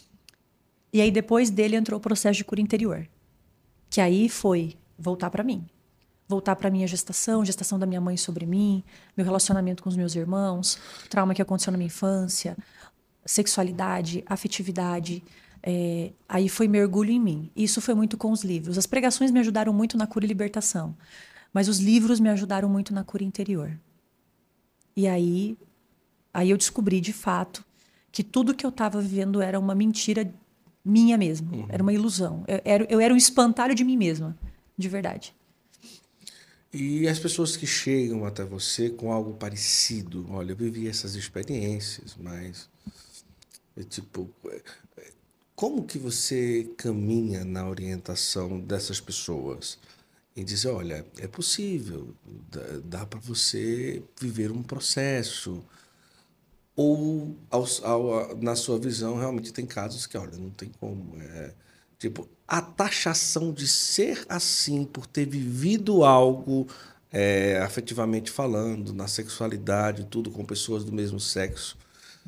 E aí depois dele entrou o processo de cura interior, que aí foi voltar para mim. Voltar para minha gestação, gestação da minha mãe sobre mim, meu relacionamento com os meus irmãos, trauma que aconteceu na minha infância, sexualidade, afetividade. É, aí foi mergulho em mim. Isso foi muito com os livros. As pregações me ajudaram muito na cura e libertação, mas os livros me ajudaram muito na cura interior. E aí, aí eu descobri de fato que tudo que eu estava vivendo era uma mentira minha mesma, uhum. Era uma ilusão. Eu era, eu era um espantalho de mim mesma, de verdade. E as pessoas que chegam até você com algo parecido, olha, eu vivi essas experiências, mas é tipo, como que você caminha na orientação dessas pessoas e dizer, olha, é possível, dá, dá para você viver um processo, ou ao, ao, na sua visão realmente tem casos que, olha, não tem como, é tipo, a taxação de ser assim por ter vivido algo é, afetivamente falando, na sexualidade, tudo com pessoas do mesmo sexo,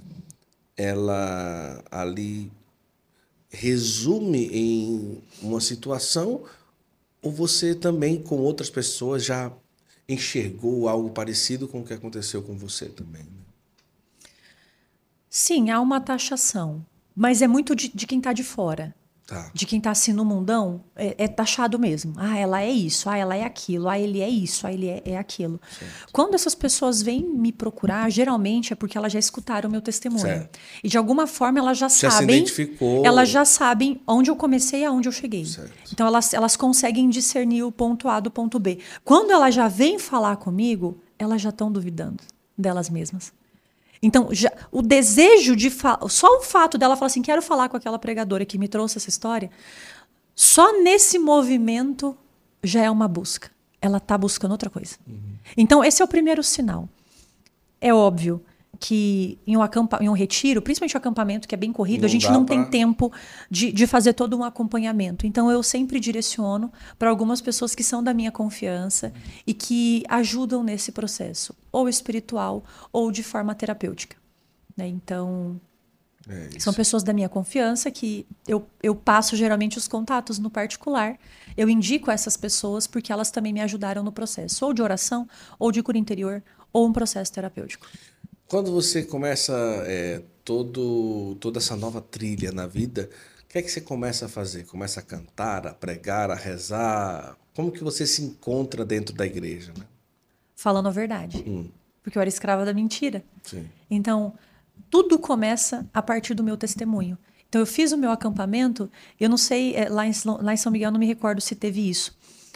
ela ali resume em uma situação, ou você também com outras pessoas já enxergou algo parecido com o que aconteceu com você também? Né? Sim, há uma taxação, mas é muito de, de quem está de fora. Tá. De quem está assim no mundão, é, é taxado mesmo. Ah, ela é isso, ah, ela é aquilo, ah, ele é isso, ah, ele é, é aquilo. Certo. Quando essas pessoas vêm me procurar, geralmente é porque elas já escutaram o meu testemunho. Certo. E de alguma forma elas já, já sabem. Se identificou. Elas já sabem onde eu comecei e aonde eu cheguei. Certo. Então elas, elas conseguem discernir o ponto A do ponto B. Quando elas já vêm falar comigo, elas já estão duvidando delas mesmas. Então, já, o desejo de falar, só o fato dela falar assim, quero falar com aquela pregadora que me trouxe essa história, só nesse movimento já é uma busca. Ela está buscando outra coisa. Uhum. Então, esse é o primeiro sinal. É óbvio que em um, acampa, em um retiro, principalmente o acampamento, que é bem corrido, não a gente não pra... tem tempo de, de fazer todo um acompanhamento. Então, eu sempre direciono para algumas pessoas que são da minha confiança e que ajudam nesse processo, ou espiritual, ou de forma terapêutica. Né? Então, é são pessoas da minha confiança que eu, eu passo geralmente os contatos no particular. Eu indico essas pessoas porque elas também me ajudaram no processo, ou de oração, ou de cura interior, ou um processo terapêutico. Quando você começa é, todo, toda essa nova trilha na vida, o que é que você começa a fazer? Começa a cantar, a pregar, a rezar? Como que você se encontra dentro da igreja? Né? Falando a verdade. Hum. Porque eu era escrava da mentira. Sim. Então, tudo começa a partir do meu testemunho. Então, eu fiz o meu acampamento, eu não sei, lá em, lá em São Miguel, não me recordo se teve isso.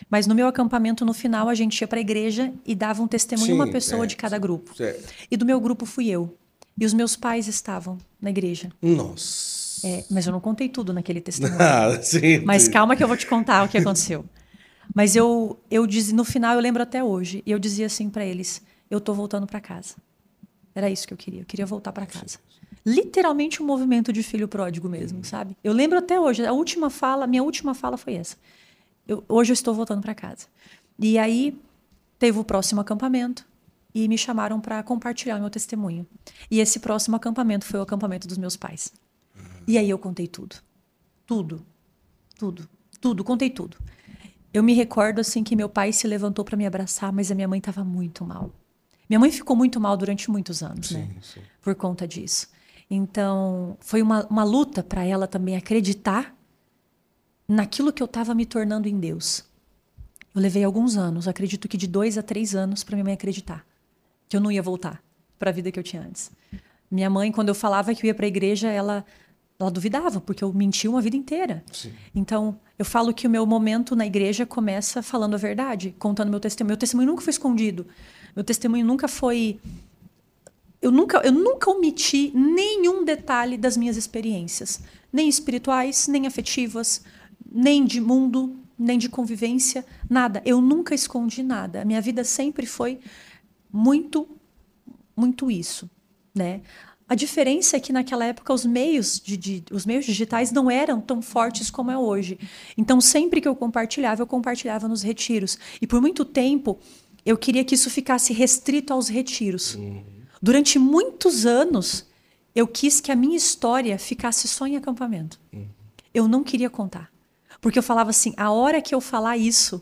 Mas no meu acampamento, no final, a gente ia para a igreja e dava um testemunho, Sim, uma pessoa é, de cada sim, grupo. certo. E do meu grupo fui eu. E os meus pais estavam na igreja. Nossa. É, mas eu não contei tudo naquele testemunho. Ah, sim, Mas sim. calma que eu vou te contar o que aconteceu. Mas eu, eu dizia, no final, eu lembro até hoje, eu dizia assim para eles, eu tô voltando para casa. Era isso que eu queria, eu queria voltar para casa. Literalmente um movimento de filho pródigo mesmo, sabe? Eu lembro até hoje, a última fala, minha última fala foi essa. Eu, hoje eu estou voltando para casa. E aí teve o próximo acampamento e me chamaram para compartilhar o meu testemunho. E esse próximo acampamento foi o acampamento dos meus pais. E aí eu contei tudo. Tudo. Tudo. Tudo. Contei tudo. Eu me recordo assim que meu pai se levantou para me abraçar, mas a minha mãe estava muito mal. Minha mãe ficou muito mal durante muitos anos, Sim, né? sim. Por conta disso. Então, foi uma, uma luta para ela também acreditar naquilo que eu estava me tornando em Deus. Eu levei alguns anos, acredito que de dois a três anos, para minha mãe acreditar que eu não ia voltar para a vida que eu tinha antes. Minha mãe, quando eu falava que eu ia para a igreja, ela, ela duvidava, porque eu menti uma vida inteira. Sim. Então, eu falo que o meu momento na igreja começa falando a verdade, contando meu testemunho. Meu testemunho nunca foi escondido. Meu testemunho nunca foi... Eu nunca, eu nunca omiti nenhum detalhe das minhas experiências. Nem espirituais, nem afetivas, nem de mundo, nem de convivência, nada. Eu nunca escondi nada. A minha vida sempre foi muito, muito isso, né? A diferença é que naquela época os meios, de, de, os meios digitais não eram tão fortes como é hoje. Então, sempre que eu compartilhava, eu compartilhava nos retiros. E por muito tempo, eu queria que isso ficasse restrito aos retiros. Uhum. Durante muitos anos, eu quis que a minha história ficasse só em acampamento. Uhum. Eu não queria contar. Porque eu falava assim, a hora que eu falar isso,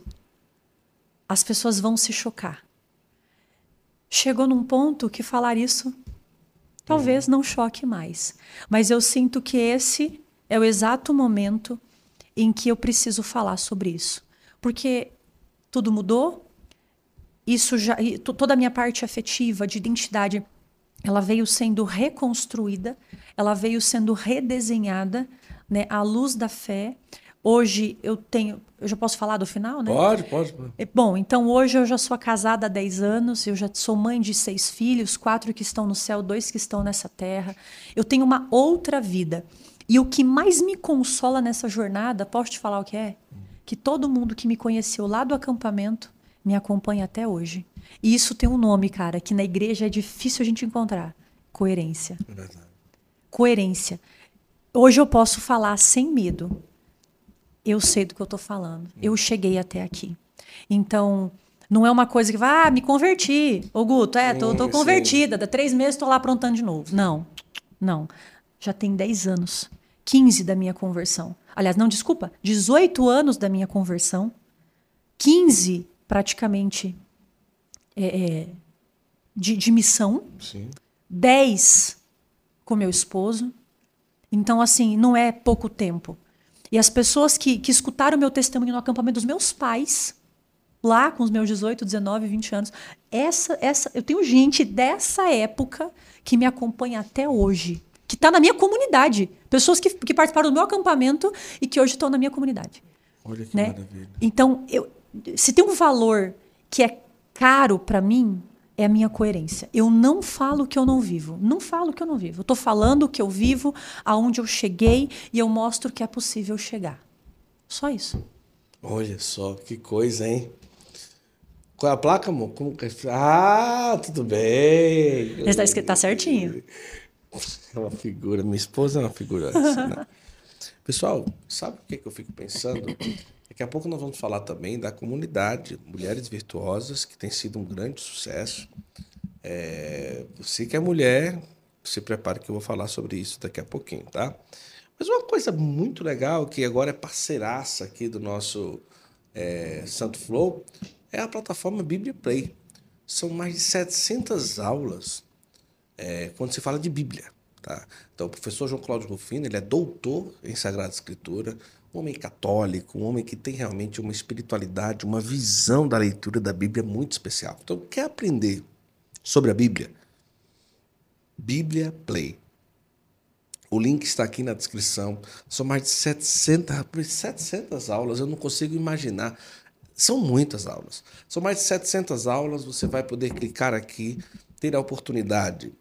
as pessoas vão se chocar. Chegou num ponto que falar isso talvez não choque mais. Mas eu sinto que esse é o exato momento em que eu preciso falar sobre isso. Porque tudo mudou, isso já, toda a minha parte afetiva, de identidade, ela veio sendo reconstruída, ela veio sendo redesenhada, né, à luz da fé. Hoje eu tenho... Eu já posso falar do final, né? Pode, pode, pode. Bom, então hoje eu já sou casada há dez anos, eu já sou mãe de seis filhos, quatro que estão no céu, dois que estão nessa terra. Eu tenho uma outra vida. E o que mais me consola nessa jornada, posso te falar o que é? Que todo mundo que me conheceu lá do acampamento me acompanha até hoje. E isso tem um nome, cara, que na igreja é difícil a gente encontrar. Coerência. É verdade. Coerência. Hoje eu posso falar sem medo. Eu sei do que eu estou falando. Eu cheguei até aqui. Então, não é uma coisa que vai, ah, me converti. Ô, Guto, é, tô, tô convertida. Dá três meses, estou lá aprontando de novo. Não, não. Já tem dez anos. quinze da minha conversão. Aliás, não, desculpa. dezoito anos da minha conversão. quinze, praticamente, é, é, de, de missão. Sim. dez com meu esposo. Então, assim, não é pouco tempo. E as pessoas que, que escutaram o meu testemunho no acampamento dos meus pais, lá com os meus dezoito, dezenove, vinte anos, essa, essa, eu tenho gente dessa época que me acompanha até hoje, que está na minha comunidade. Pessoas que, que participaram do meu acampamento e que hoje estão na minha comunidade. Olha que né? maravilha. Então, eu, se tem um valor que é caro para mim, é a minha coerência. Eu não falo o que eu não vivo. Não falo o que eu não vivo. Eu estou falando o que eu vivo, aonde eu cheguei, e eu mostro que é possível chegar. Só isso. Olha só, que coisa, hein? Qual é a placa, amor? Como que... Ah, tudo bem. Está escrito, tá certinho. É uma figura. Minha esposa é uma figura. Assim, né? Pessoal, sabe o que, que eu fico pensando? Daqui a pouco nós vamos falar também da comunidade Mulheres Virtuosas, que tem sido um grande sucesso. É, você que é mulher, se prepare que eu vou falar sobre isso daqui a pouquinho, tá? Mas uma coisa muito legal, que agora é parceiraça aqui do nosso é, Santo Flow, é a plataforma Bíblia Play. São mais de setecentas aulas é, quando se fala de Bíblia. Tá? Então, o professor João Cláudio Rufino, ele é doutor em Sagrada Escritura, um homem católico, um homem que tem realmente uma espiritualidade, uma visão da leitura da Bíblia muito especial. Então, quer aprender sobre a Bíblia? Bíblia Play. O link está aqui na descrição. São mais de setecentas, setecentas aulas, eu não consigo imaginar. São muitas aulas. São mais de setecentas aulas. Você vai poder clicar aqui, ter a oportunidade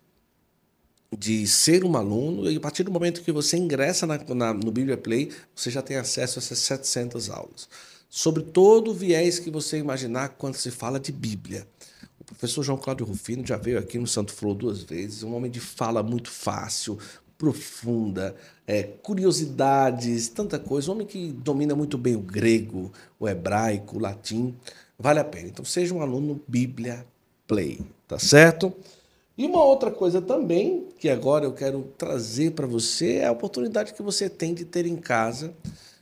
de ser um aluno, e a partir do momento que você ingressa na, na, no Bíblia Play, você já tem acesso a essas setecentas aulas. Sobre todo o viés que você imaginar quando se fala de Bíblia. O professor João Cláudio Rufino já veio aqui no Santo Flow duas vezes, um homem de fala muito fácil, profunda, é, curiosidades, tanta coisa. Um homem que domina muito bem o grego, o hebraico, o latim. Vale a pena. Então, seja um aluno Bíblia Play, tá certo? E uma outra coisa também, que agora eu quero trazer para você, é a oportunidade que você tem de ter em casa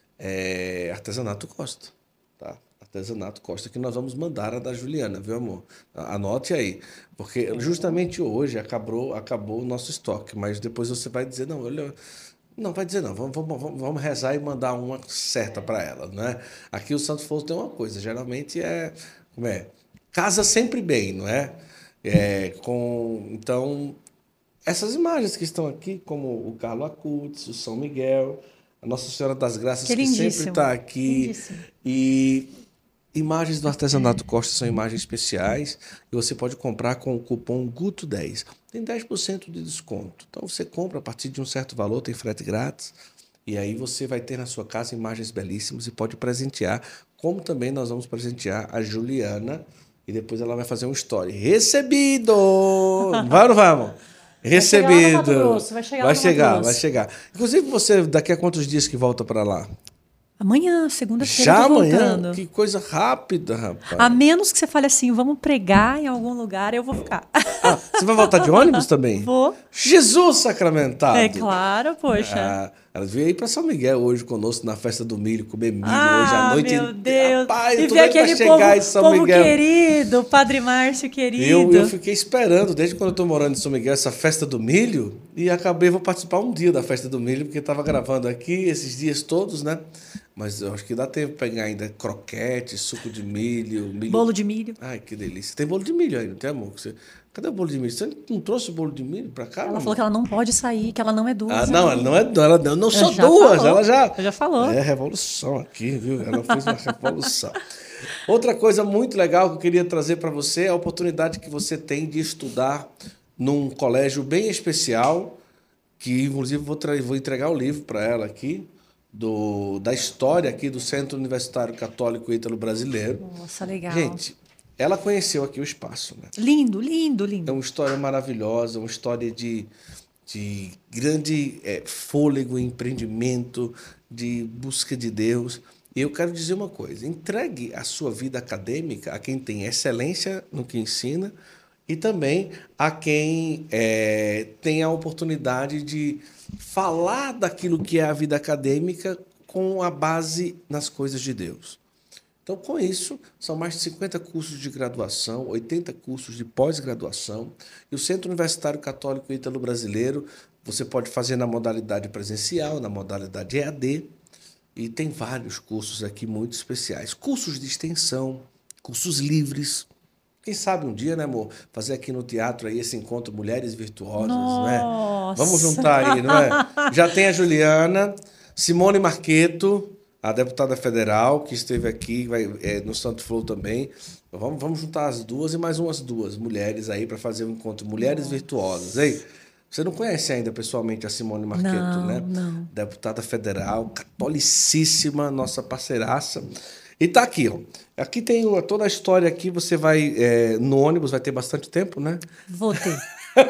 é, artesanato Costa. Tá? Artesanato Costa, que nós vamos mandar a da Juliana, viu, amor? Anote aí. Porque justamente hoje acabou, acabou o nosso estoque, mas depois você vai dizer, não, olha... Não, vai dizer não, vamos, vamos, vamos rezar e mandar uma certa para ela, né? Aqui o Santo Flow tem uma coisa, geralmente é... Como é? Casa sempre bem, não é? É, com, então, essas imagens que estão aqui, como o Carlo Acutis, o São Miguel, a Nossa Senhora das Graças, que, que sempre está aqui, lindíssimo. E imagens do Artesanato Costa são imagens especiais e você pode comprar com o cupom Guto dez. Tem dez por cento de desconto. Então, você compra a partir de um certo valor, tem frete grátis, e aí você vai ter na sua casa imagens belíssimas e pode presentear, como também nós vamos presentear a Juliana. E depois ela vai fazer um story. Recebido! Vai ou não vai, amor? Recebido. Vai chegar, vai chegar, vai chegar, vai chegar. Inclusive, você, daqui a quantos dias que volta para lá? Amanhã, segunda-feira. Já amanhã? Que coisa rápida, rapaz. A menos que você fale assim, vamos pregar em algum lugar, eu vou ficar. Ah, você vai voltar de ônibus também? Vou. Jesus sacramentado! É claro, poxa. Ah, ela veio aí para São Miguel hoje conosco na festa do milho, comer milho ah, hoje à noite. Meu Deus! Rapaz, e ver aquele chegar povo, em São povo Miguel. querido, Padre Márcio querido. Eu, eu fiquei esperando, desde quando eu estou morando em São Miguel, essa festa do milho, e acabei, vou participar um dia da festa do milho, porque estava gravando aqui esses dias todos, né? Mas eu acho que dá tempo de pegar ainda croquete, suco de milho, milho. Bolo de milho. Ai, que delícia. Tem bolo de milho aí, não tem, amor? Você... Cadê o bolo de milho? Você não trouxe o bolo de milho para cá? Ela amor? falou que ela não pode sair, que ela não é duas. Ah, não, ela não é duas. Ela não, não sou já duas. Falou. Ela já... Ela já falou. É revolução aqui, viu? Ela fez uma revolução. Outra coisa muito legal que eu queria trazer para você é a oportunidade que você tem de estudar num colégio bem especial, que inclusive vou, vou entregar o livro para ela aqui, do, da história aqui do Centro Universitário Católico Ítalo Brasileiro. Nossa, legal. Gente, ela conheceu aqui o espaço, né? Lindo, lindo, lindo. É uma história maravilhosa, uma história de, de grande é, fôlego, empreendimento, de busca de Deus. E eu quero dizer uma coisa, entregue a sua vida acadêmica a quem tem excelência no que ensina e também a quem é, tem a oportunidade de falar daquilo que é a vida acadêmica com a base nas coisas de Deus. Então, com isso, são mais de cinquenta cursos de graduação, oitenta cursos de pós-graduação. E o Centro Universitário Católico Ítalo Brasileiro, você pode fazer na modalidade presencial, na modalidade E A D, e tem vários cursos aqui muito especiais. Cursos de extensão, cursos livres. Quem sabe um dia, né, amor, fazer aqui no teatro aí esse encontro Mulheres Virtuosas, Nossa. né? Vamos juntar aí, não é? Já tem a Juliana, Simone Marqueto, a deputada federal, que esteve aqui vai, é, no Santo Flow também. Vamos, vamos juntar as duas e mais umas duas mulheres aí para fazer um encontro Mulheres Nossa. Virtuosas. Ei, você não conhece ainda pessoalmente a Simone Marqueto, não, né? Não. Deputada federal, catolicíssima, nossa parceiraça. E tá aqui, ó. Aqui tem toda a história aqui, você vai é, no ônibus, vai ter bastante tempo, né? Vou ter.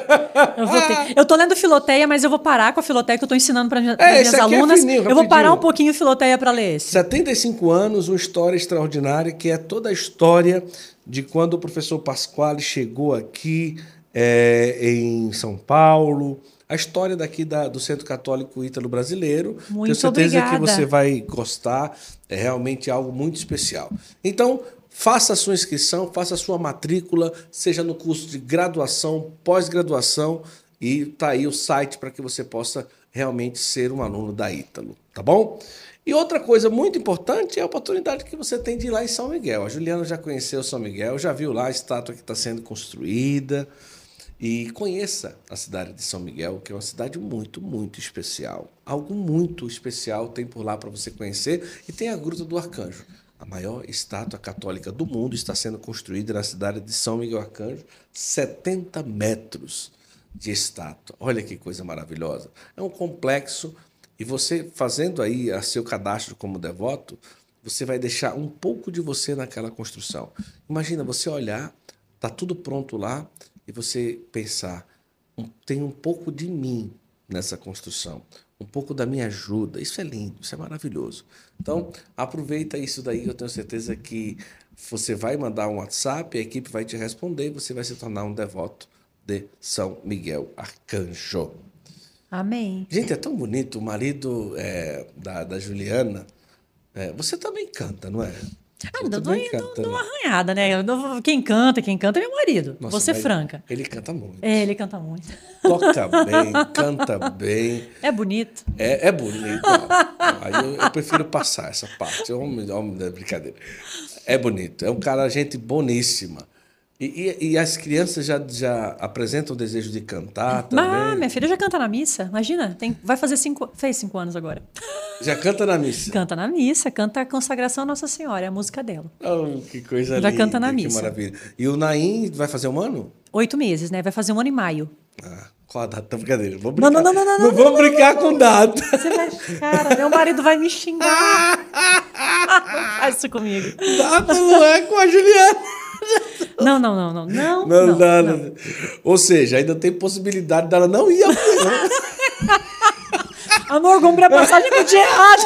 Eu, vou ter. Eu tô lendo Filoteia, mas eu vou parar com a Filoteia que eu tô ensinando para minha, é, minhas alunas. É fininho, eu vou parar um pouquinho Filoteia para ler esse. setenta e cinco anos, uma história extraordinária, que é toda a história de quando o professor Pasquale chegou aqui é, em São Paulo. A história daqui da, do Centro Católico Ítalo Brasileiro. Muito Tenho certeza obrigada. que você vai gostar. É realmente algo muito especial. Então, faça a sua inscrição, faça a sua matrícula, seja no curso de graduação, pós-graduação, e tá aí o site para que você possa realmente ser um aluno da Ítalo, tá bom? E outra coisa muito importante é a oportunidade que você tem de ir lá em São Miguel. A Juliana já conheceu São Miguel, já viu lá a estátua que está sendo construída. E conheça a cidade de São Miguel, que é uma cidade muito, muito especial. Algo muito especial tem por lá para você conhecer. E tem a Gruta do Arcanjo. A maior estátua católica do mundo está sendo construída na cidade de São Miguel Arcanjo, setenta metros de estátua. Olha que coisa maravilhosa. É um complexo e você fazendo aí a seu cadastro como devoto, você vai deixar um pouco de você naquela construção. Imagina você olhar, tá tudo pronto lá e você pensar, tem um pouco de mim nessa construção, um pouco da minha ajuda. Isso é lindo, isso é maravilhoso. Então, aproveita isso daí, eu tenho certeza que você vai mandar um WhatsApp, a equipe vai te responder e você vai se tornar um devoto de São Miguel Arcanjo. Amém. Gente, é tão bonito, o marido é, da, da Juliana, é, você também canta, não é? Ah, Você não, também não, canta, não, não né? arranhada, né? Eu não- Quem canta, quem canta é meu marido. Nossa, Vou ser mas franca. Ele canta muito. É, ele canta muito. Toca bem, canta bem. É bonito. É, é bonito. Ó. Aí eu, eu prefiro passar essa parte. Homem, homem da brincadeira. É bonito. É um cara, gente boníssima. E, e, e as crianças já, já apresentam o desejo de cantar Mas também. minha filha já canta na missa, imagina. Tem, vai fazer cinco, fez cinco anos agora. Já canta na missa. Canta na missa, canta a consagração à Nossa Senhora, é a música dela. Oh, que coisa Já linda. canta na que missa. maravilha. E o Naim vai fazer um ano? Oito meses, né? Vai fazer um ano em maio. Ah, qual a data? Brincadeira. Vamos Não, brincar. não, não, não, não, Não não, vamos brincar com data. Você vai, cara, meu marido vai me xingar. Faz isso comigo. Data não é com a Juliana. Não, não, não, não, não. Não, não, dá, não. não. Ou seja, ainda tem possibilidade dela não ir amanhã. Amor, comprei a passagem com o dia errado.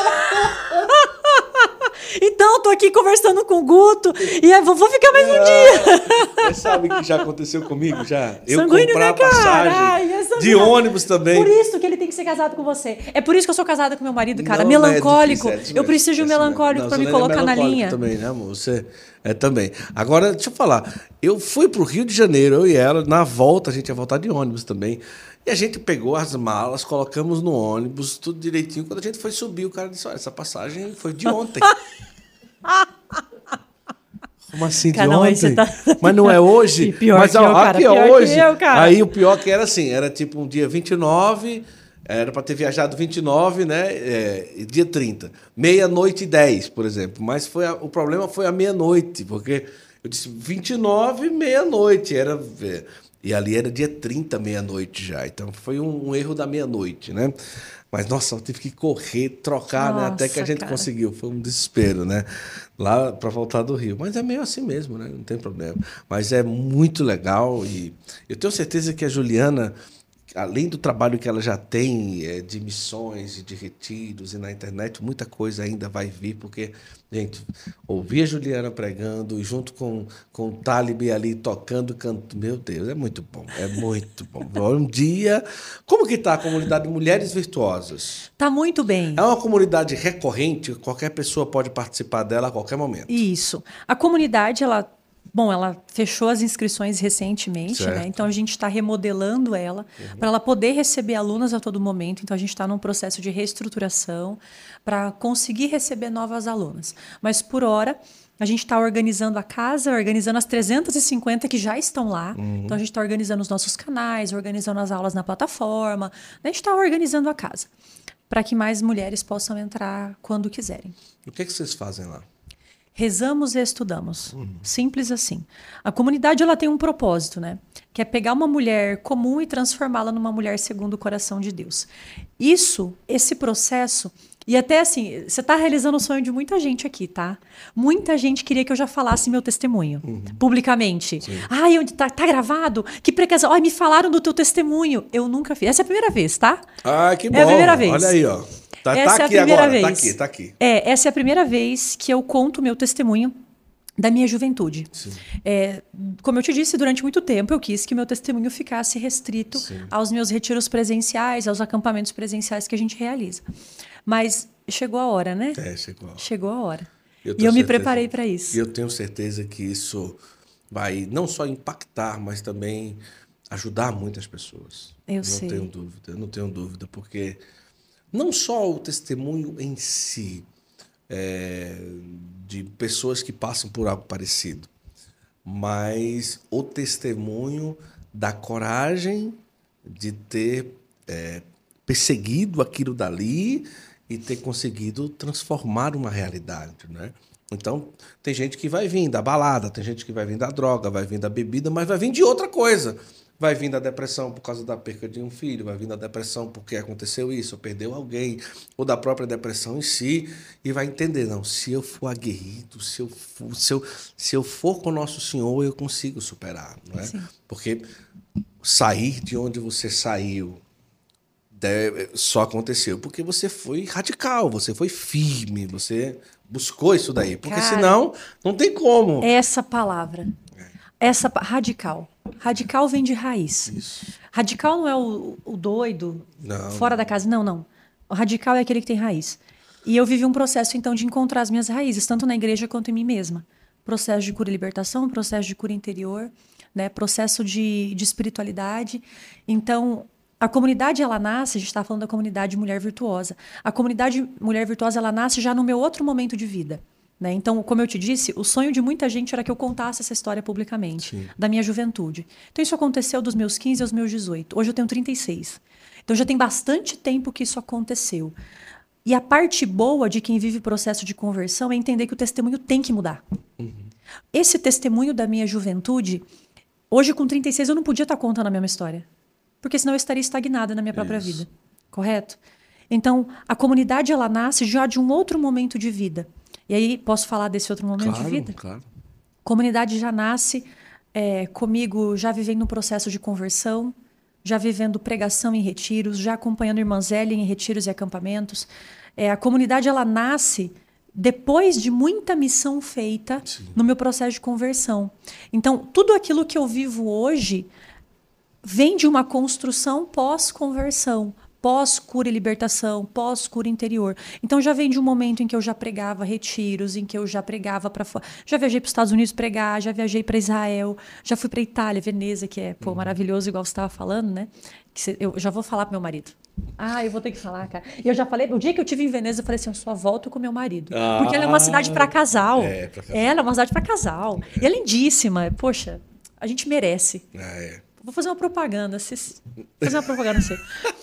Então, tô aqui conversando com o Guto e aí, vou, vou ficar mais um dia. Você sabe que já aconteceu comigo já? Eu Sanguíneo, comprar né, a cara? passagem Ai, é de sanguíneo. ônibus também. Por isso que ele tem que ser casado com você. É por isso que eu sou casada com meu marido, cara. Não, não, é Melancólico. difícil, é difícil, eu preciso de um é difícil. melancólico Não, pra me Zulene é colocar na melancólico linha. também, né, amor? Você é também. Agora, deixa eu falar. Eu fui pro Rio de Janeiro, eu e ela, na volta, a gente ia voltar de ônibus também. E a gente pegou as malas, colocamos no ônibus, tudo direitinho. Quando a gente foi subir, o cara disse, olha, essa passagem foi de ontem. Como assim, de Cara, não, aí ontem? você tá- Mas não é hoje? E pior Mas que ó, eu, cara, aqui, ó, pior que hoje. eu, cara. Aí o pior que era assim, era tipo um dia vinte e nove, era para ter viajado vinte e nove, né? É, e dia trinta. Meia-noite e dez, por exemplo. Mas foi a- o problema foi a meia-noite, porque eu disse vinte e nove, meia-noite. Era, é, e ali era dia trinta, meia-noite já. Então foi um, um erro da meia-noite, né? Mas, nossa, eu tive que correr, trocar, né? Até que a Nossa, gente cara. conseguiu. Foi um desespero, né? Lá para voltar do Rio. Mas é meio assim mesmo, né? Não tem problema. Mas é muito legal e eu tenho certeza que a Juliana, além do trabalho que ela já tem é, de missões e de retiros e na internet, muita coisa ainda vai vir, porque, gente, ouvir a Juliana pregando e junto com, com o Talib ali tocando, canto, meu Deus, é muito bom, é muito bom. Um dia, como que está a comunidade de Mulheres Virtuosas? Tá muito bem. É uma comunidade recorrente, qualquer pessoa pode participar dela a qualquer momento. Isso. A comunidade, ela, bom, ela fechou as inscrições recentemente, Certo. né? Então a gente está remodelando ela para ela poder receber alunas a todo momento. Então a gente está num processo de reestruturação para conseguir receber novas alunas. Mas por hora a gente está organizando a casa, organizando as trezentas e cinquenta que já estão lá. Então a gente está organizando os nossos canais, organizando as aulas na plataforma. A gente está organizando a casa para que mais mulheres possam entrar quando quiserem. O que, é que vocês fazem lá? Rezamos e estudamos. Simples assim. A comunidade ela tem um propósito, né? Que é pegar uma mulher comum e transformá-la numa mulher segundo o coração de Deus. Isso, esse processo, e até assim, você está realizando o sonho de muita gente aqui, tá? Muita gente queria que eu já falasse meu testemunho, publicamente. Ai, onde tá, tá gravado? Que precaução. Ai, me falaram do teu testemunho. Eu nunca fiz. Essa é a primeira vez, tá? Ah, que bom. É a primeira vez. Olha aí, ó. Tá, Essa tá é a aqui primeira agora, vez. tá aqui, tá aqui. É, essa é a primeira vez que eu conto o meu testemunho da minha juventude. É, como eu te disse, durante muito tempo eu quis que o meu testemunho ficasse restrito Sim. aos meus retiros presenciais, aos acampamentos presenciais que a gente realiza. Mas chegou a hora, né? É, chegou. Chegou a hora. Eu e tenho eu me certeza- preparei para isso. E eu tenho certeza que isso vai não só impactar, mas também ajudar muitas pessoas. Eu não sei. tenho dúvida, eu não tenho dúvida, porque não só o testemunho em si, é, de pessoas que passam por algo parecido, mas o testemunho da coragem de ter é, perseguido aquilo dali e ter conseguido transformar uma realidade, né? Então, tem gente que vai vir da balada, tem gente que vai vir da droga, vai vir da bebida, mas vai vir de outra coisa. Vai vir da depressão por causa da perca de um filho, vai vir da depressão porque aconteceu isso, ou perdeu alguém, ou da própria depressão em si, e vai entender, não, se eu for aguerrido, se eu for, se eu, se eu for com o nosso Senhor, eu consigo superar, não é? Sim. Porque sair de onde você saiu deve, só aconteceu porque você foi radical, você foi firme, você buscou isso daí, porque Cara, senão não tem como. Essa palavra, essa pa- radical. Radical vem de raiz. Isso. Radical não é o, o doido, Não. fora da casa. Não, não. O radical é aquele que tem raiz. E eu vivi um processo, então, de encontrar as minhas raízes, tanto na igreja quanto em mim mesma. Processo de cura e libertação, processo de cura interior, né? Processo de, de espiritualidade. Então, a comunidade, ela nasce, a gente está falando da comunidade Mulher Virtuosa. A comunidade Mulher Virtuosa, ela nasce já no meu outro momento de vida. Né? Então, como eu te disse, o sonho de muita gente era que eu contasse essa história publicamente, Sim. da minha juventude. Então, isso aconteceu dos meus quinze aos meus dezoito. Hoje eu tenho trinta e seis. Então, já tem bastante tempo que isso aconteceu. E a parte boa de quem vive processo de conversão é entender que o testemunho tem que mudar. Uhum. Esse testemunho da minha juventude, hoje com trinta e seis eu não podia estar contando a mesma história. Porque senão eu estaria estagnada na minha própria Isso. vida. Correto? Então, a comunidade, ela nasce já de um outro momento de vida. E aí, posso falar desse outro momento Claro, de vida? claro. Comunidade já nasce é, comigo, já vivendo um processo de conversão, já vivendo pregação em retiros, já acompanhando Irmã Zélia em retiros e acampamentos. É, a comunidade, ela nasce depois de muita missão feita Sim. no meu processo de conversão. Então, tudo aquilo que eu vivo hoje vem de uma construção pós-conversão, pós-cura e libertação, pós-cura interior. Então já vem de um momento em que eu já pregava retiros, em que eu já pregava para fora. Já viajei para os Estados Unidos pregar, já viajei para Israel, já fui para Itália, Veneza, que é pô, maravilhoso, igual você estava falando, né? Que cê, eu já vou falar pro meu marido. Ah, eu vou ter que falar, cara. E eu já falei, o dia que eu estive em Veneza, eu falei assim, eu só volto com meu marido. Ah, porque ela é uma cidade para casal. É, pra casal. Ela é uma cidade para casal. E é lindíssima. Poxa, a gente merece. Ah, é. Vou fazer uma propaganda. Se... Fazer uma propaganda assim.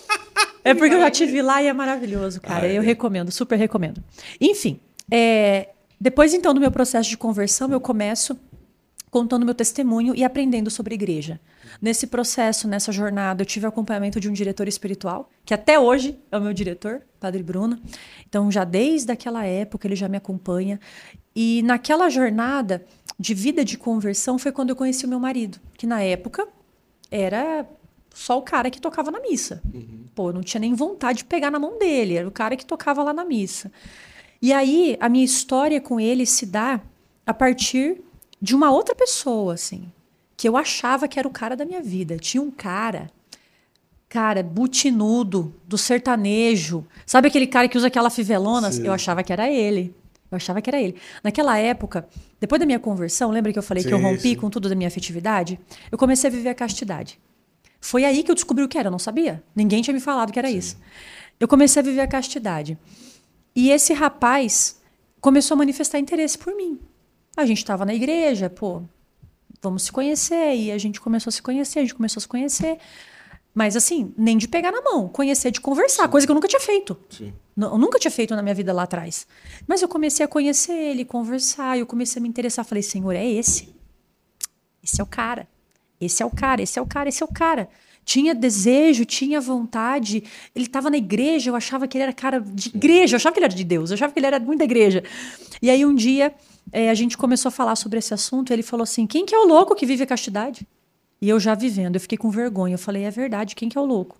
É porque eu já estive lá e é maravilhoso, cara. Ah, é. Eu recomendo, super recomendo. Enfim, é... depois então do meu processo de conversão, eu começo contando meu testemunho e aprendendo sobre igreja. Nesse processo, nessa jornada, eu tive acompanhamento de um diretor espiritual, que até hoje é o meu diretor, Padre Bruno. Então, já desde aquela época, ele já me acompanha. E naquela jornada de vida de conversão foi quando eu conheci o meu marido, que na época era só o cara que tocava na missa. Uhum. Pô, eu não tinha nem vontade de pegar na mão dele, era o cara que tocava lá na missa. E aí, a minha história com ele se dá a partir de uma outra pessoa, assim, que eu achava que era o cara da minha vida. Tinha um cara, cara, butinudo, do sertanejo. Sabe aquele cara que usa aquela fivelona? Sim. Eu achava que era ele. Eu achava que era ele. Naquela época, depois da minha conversão, lembra que eu falei sim, que eu rompi sim. com tudo da minha afetividade? Eu comecei a viver a castidade. Foi aí que eu descobri o que era, eu não sabia. Ninguém tinha me falado que era sim. isso. Eu comecei a viver a castidade. E esse rapaz começou a manifestar interesse por mim. A gente estava na igreja, pô, vamos se conhecer. E a gente começou a se conhecer, a gente começou a se conhecer. Mas assim, nem de pegar na mão, conhecer, de conversar, sim. coisa que eu nunca tinha feito. Sim. Eu nunca tinha feito na minha vida lá atrás. Mas eu comecei a conhecer ele, conversar, eu comecei a me interessar. Falei, Senhor, é esse. Esse é o cara. Esse é o cara, esse é o cara, esse é o cara. Tinha desejo, tinha vontade. Ele estava na igreja, eu achava que ele era cara de igreja, eu achava que ele era de Deus, eu achava que ele era muito da igreja. E aí um dia é, a gente começou a falar sobre esse assunto e ele falou assim, quem que é o louco que vive a castidade? E eu já vivendo, eu fiquei com vergonha. Eu falei, é verdade, quem que é o louco?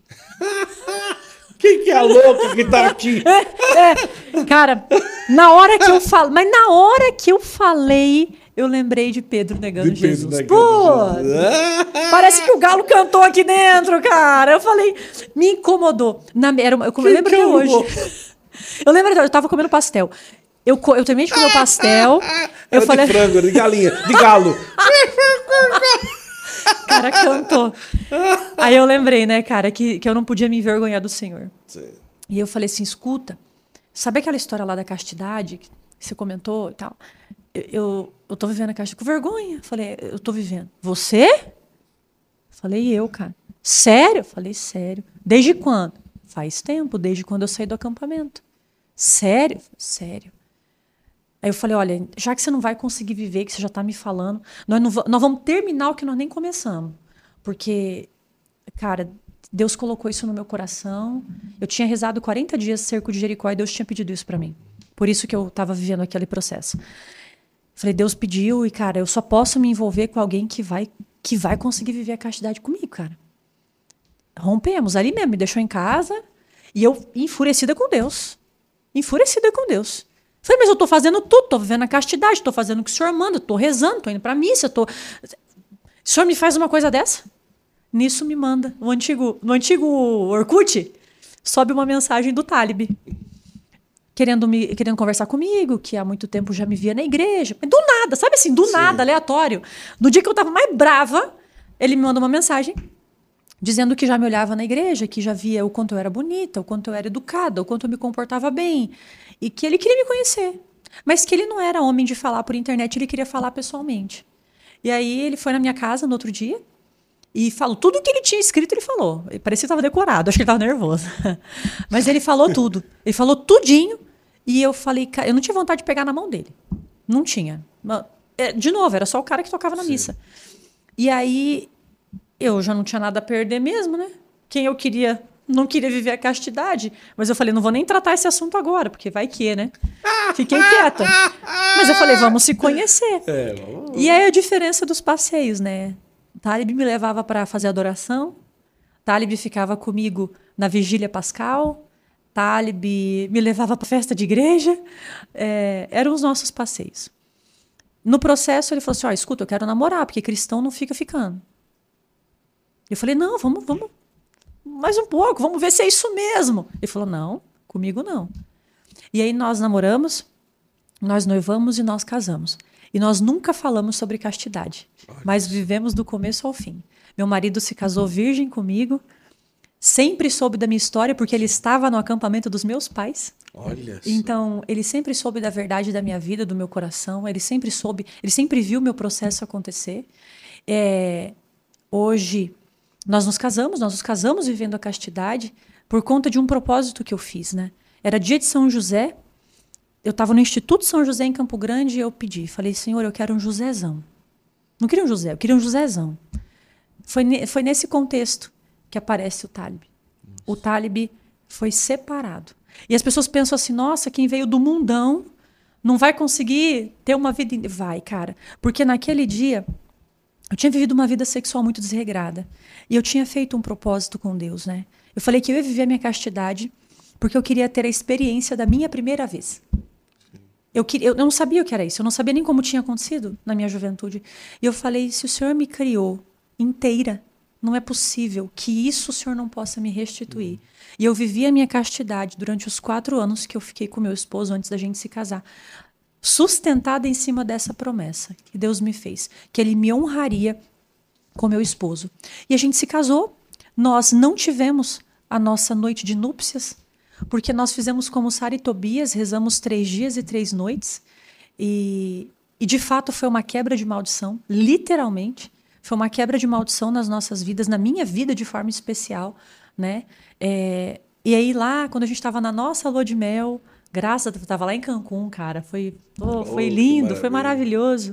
Quem que é a louca que tá aqui? É, é, cara, na hora que eu falei, mas na hora que eu falei, eu lembrei de Pedro negando de Jesus. Pedro Pô, negando Jesus. Parece que o galo cantou aqui dentro, cara. Eu falei, me incomodou. Na, era, eu, eu lembro até hoje. Eu lembro, eu tava comendo pastel. Eu, eu terminei de comer o pastel. Eu era falei, de frango, de galinha, de galo. Cara, cantou. Aí eu lembrei, né, cara, que, que eu não podia me envergonhar do Senhor. Sim. E eu falei assim, escuta, sabe aquela história lá da castidade que você comentou e tal? Eu, eu, eu tô vivendo a castidade com vergonha. Falei, eu tô vivendo. Você? Falei, eu, cara. Sério? Falei, sério. Desde quando? Faz tempo, desde quando eu saí do acampamento. Sério? Sério. Aí eu falei, olha, já que você não vai conseguir viver, que você já está me falando, nós, não, nós vamos terminar o que nós nem começamos. Porque, cara, Deus colocou isso no meu coração. Eu tinha rezado quarenta dias cerco de Jericó e Deus tinha pedido isso para mim. Por isso que eu estava vivendo aquele processo. Falei, Deus pediu e, cara, eu só posso me envolver com alguém que vai, que vai conseguir viver a castidade comigo, cara. Rompemos ali mesmo, me deixou em casa e eu enfurecida com Deus. Enfurecida com Deus. Falei, mas eu tô fazendo tudo, tô vivendo a castidade, tô fazendo o que o senhor manda, tô rezando, tô indo pra missa, tô... O senhor me faz uma coisa dessa? Nisso me manda. No antigo, no antigo Orkut, sobe uma mensagem do Talib. Querendo, me, querendo conversar comigo, que há muito tempo já me via na igreja. Mas do nada, sabe assim, do Sim. nada, aleatório. No dia que eu tava mais brava, ele me manda uma mensagem dizendo que já me olhava na igreja, que já via o quanto eu era bonita, o quanto eu era educada, o quanto eu me comportava bem. E que ele queria me conhecer. Mas que ele não era homem de falar por internet, ele queria falar pessoalmente. E aí ele foi na minha casa no outro dia e falou tudo que ele tinha escrito, ele falou. Parecia que estava decorado, acho que ele estava nervoso. Mas ele falou tudo. Ele falou tudinho. E eu falei, cara, eu não tinha vontade de pegar na mão dele. Não tinha. De novo, era só o cara que tocava na Sim. missa. E aí eu já não tinha nada a perder mesmo, né? Quem eu queria, não queria viver a castidade. Mas eu falei, não vou nem tratar esse assunto agora, porque vai que, né? Fiquei quieta. Mas eu falei, vamos se conhecer. É, vamos... E aí a diferença dos passeios, né? Talib me levava para fazer adoração. Talib ficava comigo na vigília pascal. Talib me levava para festa de igreja. É, eram os nossos passeios. No processo, ele falou assim, ó, escuta, eu quero namorar, porque cristão não fica ficando. Eu falei, não, vamos, vamos mais um pouco, vamos ver se é isso mesmo. Ele falou, não, comigo não. E aí nós namoramos, nós noivamos e nós casamos. E nós nunca falamos sobre castidade, mas vivemos do começo ao fim. Meu marido se casou virgem comigo, sempre soube da minha história, porque ele estava no acampamento dos meus pais. Olha então, ele sempre soube da verdade da minha vida, do meu coração, ele sempre soube, ele sempre viu o meu processo acontecer. É, hoje, nós nos casamos, nós nos casamos vivendo a castidade por conta de um propósito que eu fiz, né? Era dia de São José, eu estava no Instituto São José em Campo Grande e eu pedi, falei, Senhor, eu quero um Josézão. Não queria um José, eu queria um Josézão. Foi, ne- foi nesse contexto que aparece o Talib. Nossa. O Talib foi separado. E as pessoas pensam assim, nossa, quem veio do mundão não vai conseguir ter uma vida... In... Vai, cara. Porque naquele dia, eu tinha vivido uma vida sexual muito desregrada. E eu tinha feito um propósito com Deus, né? Eu falei que eu ia viver a minha castidade porque eu queria ter a experiência da minha primeira vez. Eu, queria, eu não sabia o que era isso. Eu não sabia nem como tinha acontecido na minha juventude. E eu falei, se o Senhor me criou inteira, não é possível que isso o Senhor não possa me restituir. Uhum. E eu vivi a minha castidade durante os quatro anos que eu fiquei com meu esposo antes da gente se casar, sustentada em cima dessa promessa que Deus me fez, que Ele me honraria com meu esposo. E a gente se casou, nós não tivemos a nossa noite de núpcias, porque nós fizemos como Sara e Tobias, rezamos três dias e três noites, e, e de fato foi uma quebra de maldição, literalmente. Foi uma quebra de maldição nas nossas vidas, na minha vida de forma especial, né? É, e aí lá, quando a gente estava na nossa lua de mel, graças a Deus, estava lá em Cancún, cara, foi, oh, foi oh, lindo, foi maravilhoso.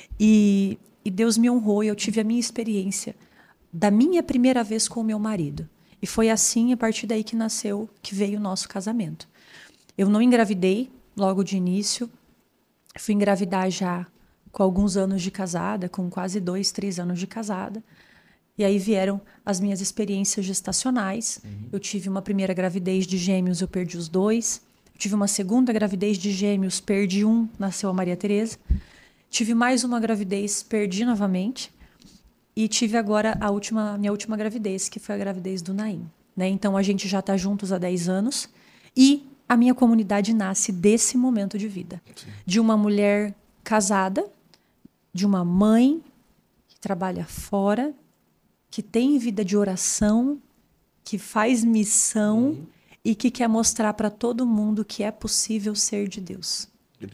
E, e Deus me honrou e eu tive a minha experiência da minha primeira vez com o meu marido. E foi assim, a partir daí que nasceu, que veio o nosso casamento. Eu não engravidei logo de início, fui engravidar já com alguns anos de casada, com quase dois, três anos de casada. E aí vieram as minhas experiências gestacionais. Uhum. Eu tive uma primeira gravidez de gêmeos, eu perdi os dois. Eu tive uma segunda gravidez de gêmeos, perdi um, nasceu a Maria Tereza. Tive mais uma gravidez, perdi novamente. E tive agora a última, minha última gravidez, que foi a gravidez do Naim. Né? Então, a gente já está juntos há dez anos. E a minha comunidade nasce desse momento de vida. Sim. De uma mulher casada, de uma mãe que trabalha fora, que tem vida de oração, que faz missão uhum. e que quer mostrar para todo mundo que é possível ser de Deus. Que lindo.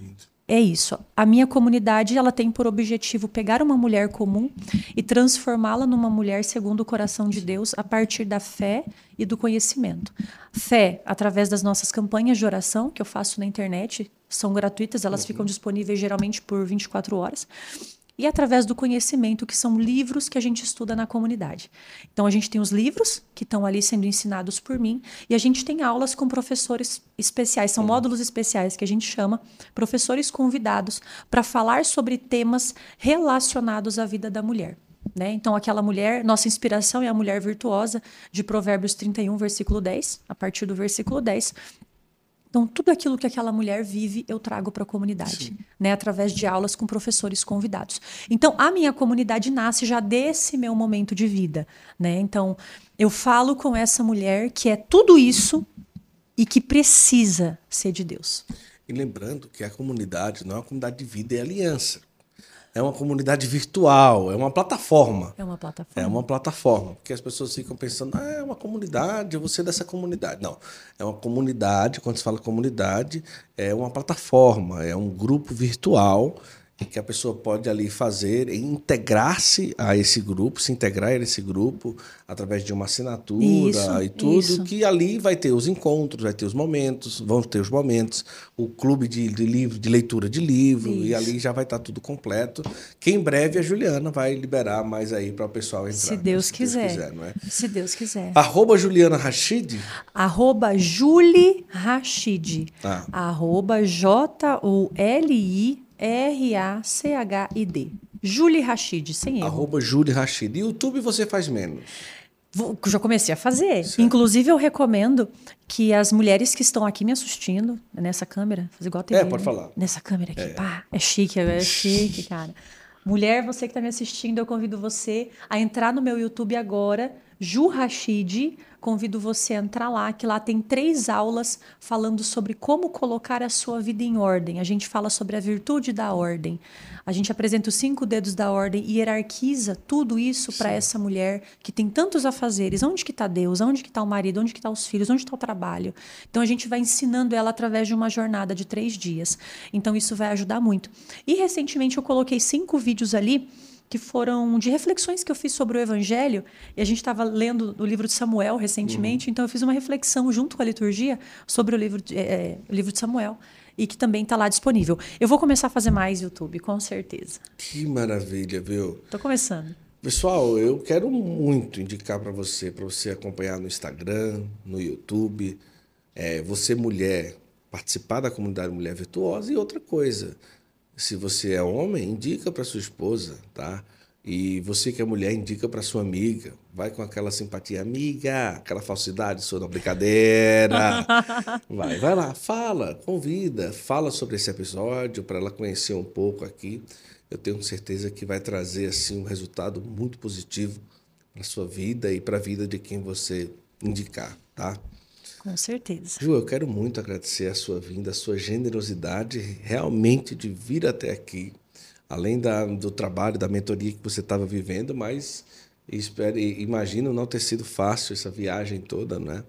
é isso. A minha comunidade, ela tem por objetivo pegar uma mulher comum e transformá-la numa mulher segundo o coração de Deus a partir da fé e do conhecimento. Fé, através das nossas campanhas de oração, que eu faço na internet, são gratuitas, elas uhum. ficam disponíveis geralmente por vinte e quatro horas. E através do conhecimento, que são livros que a gente estuda na comunidade. Então, a gente tem os livros que estão ali sendo ensinados por mim, e a gente tem aulas com professores especiais, são módulos especiais que a gente chama, professores convidados, para falar sobre temas relacionados à vida da mulher. Né? Então, aquela mulher, nossa inspiração é a mulher virtuosa, de Provérbios trinta e um, versículo dez, a partir do versículo dez. Então, tudo aquilo que aquela mulher vive, eu trago para a comunidade, né? Através de aulas com professores convidados. Então, a minha comunidade nasce já desse meu momento de vida, né? Então, eu falo com essa mulher que é tudo isso e que precisa ser de Deus. E lembrando que a comunidade não é uma comunidade de vida, é aliança. É uma comunidade virtual, é uma plataforma. É uma plataforma. É uma plataforma, porque as pessoas ficam pensando, ah, é uma comunidade, eu vou ser dessa comunidade. Não, é uma comunidade, quando se fala comunidade, é uma plataforma, é um grupo virtual que a pessoa pode ali fazer, integrar-se a esse grupo, se integrar a esse grupo através de uma assinatura isso, e tudo, isso. que ali vai ter os encontros, vai ter os momentos, vão ter os momentos, o clube de, de, livro, de leitura de livro, isso. E ali já vai estar tudo completo, que em breve a Juliana vai liberar mais aí para o pessoal entrar. Se Deus né? Se quiser. Deus quiser, não é? Se Deus quiser. Arroba Juliana Rachid? Arroba Julie Rachid. Ah. Arroba J U L I R A C H I D. Julie Rachid, sem erro. Arroba Julie Rachid. E YouTube você faz menos? Vou, já comecei a fazer. Certo. Inclusive, eu recomendo que as mulheres que estão aqui me assistindo, nessa câmera, fazer igual a T V. É, pode né? falar. Nessa câmera aqui, É. pá, é chique, é chique, cara. Mulher, você que está me assistindo, eu convido você a entrar no meu YouTube agora, Ju Rachid. Convido você a entrar lá, que lá tem três aulas falando sobre como colocar a sua vida em ordem. A gente fala sobre a virtude da ordem. A gente apresenta os cinco dedos da ordem e hierarquiza tudo isso para essa mulher que tem tantos afazeres. Onde que está Deus? Onde que está o marido? Onde que estão os filhos? Onde está o trabalho? Então, a gente vai ensinando ela através de uma jornada de três dias. Então, isso vai ajudar muito. E, recentemente, eu coloquei cinco vídeos ali que foram de reflexões que eu fiz sobre o Evangelho, e a gente estava lendo o livro de Samuel recentemente, uhum. Então eu fiz uma reflexão junto com a liturgia sobre o livro de, é, o livro de Samuel, e que também está lá disponível. Eu vou começar a fazer mais YouTube, com certeza. Que maravilha, viu? Estou começando. Pessoal, eu quero muito indicar para você, para você acompanhar no Instagram, no YouTube, é, você mulher, participar da comunidade Mulher Virtuosa, e outra coisa, se você é homem, indica para sua esposa, tá? E você que é mulher, indica para sua amiga. Vai com aquela simpatia, amiga, aquela falsidade sua, não, brincadeira. Vai, vai lá, fala, convida, fala sobre esse episódio para ela conhecer um pouco aqui. Eu tenho certeza que vai trazer assim um resultado muito positivo para sua vida e para a vida de quem você indicar, tá? Com certeza. Ju, eu quero muito agradecer a sua vinda, a sua generosidade realmente de vir até aqui, além da, do trabalho, da mentoria que você estava vivendo, mas espero, imagino não ter sido fácil essa viagem toda, né?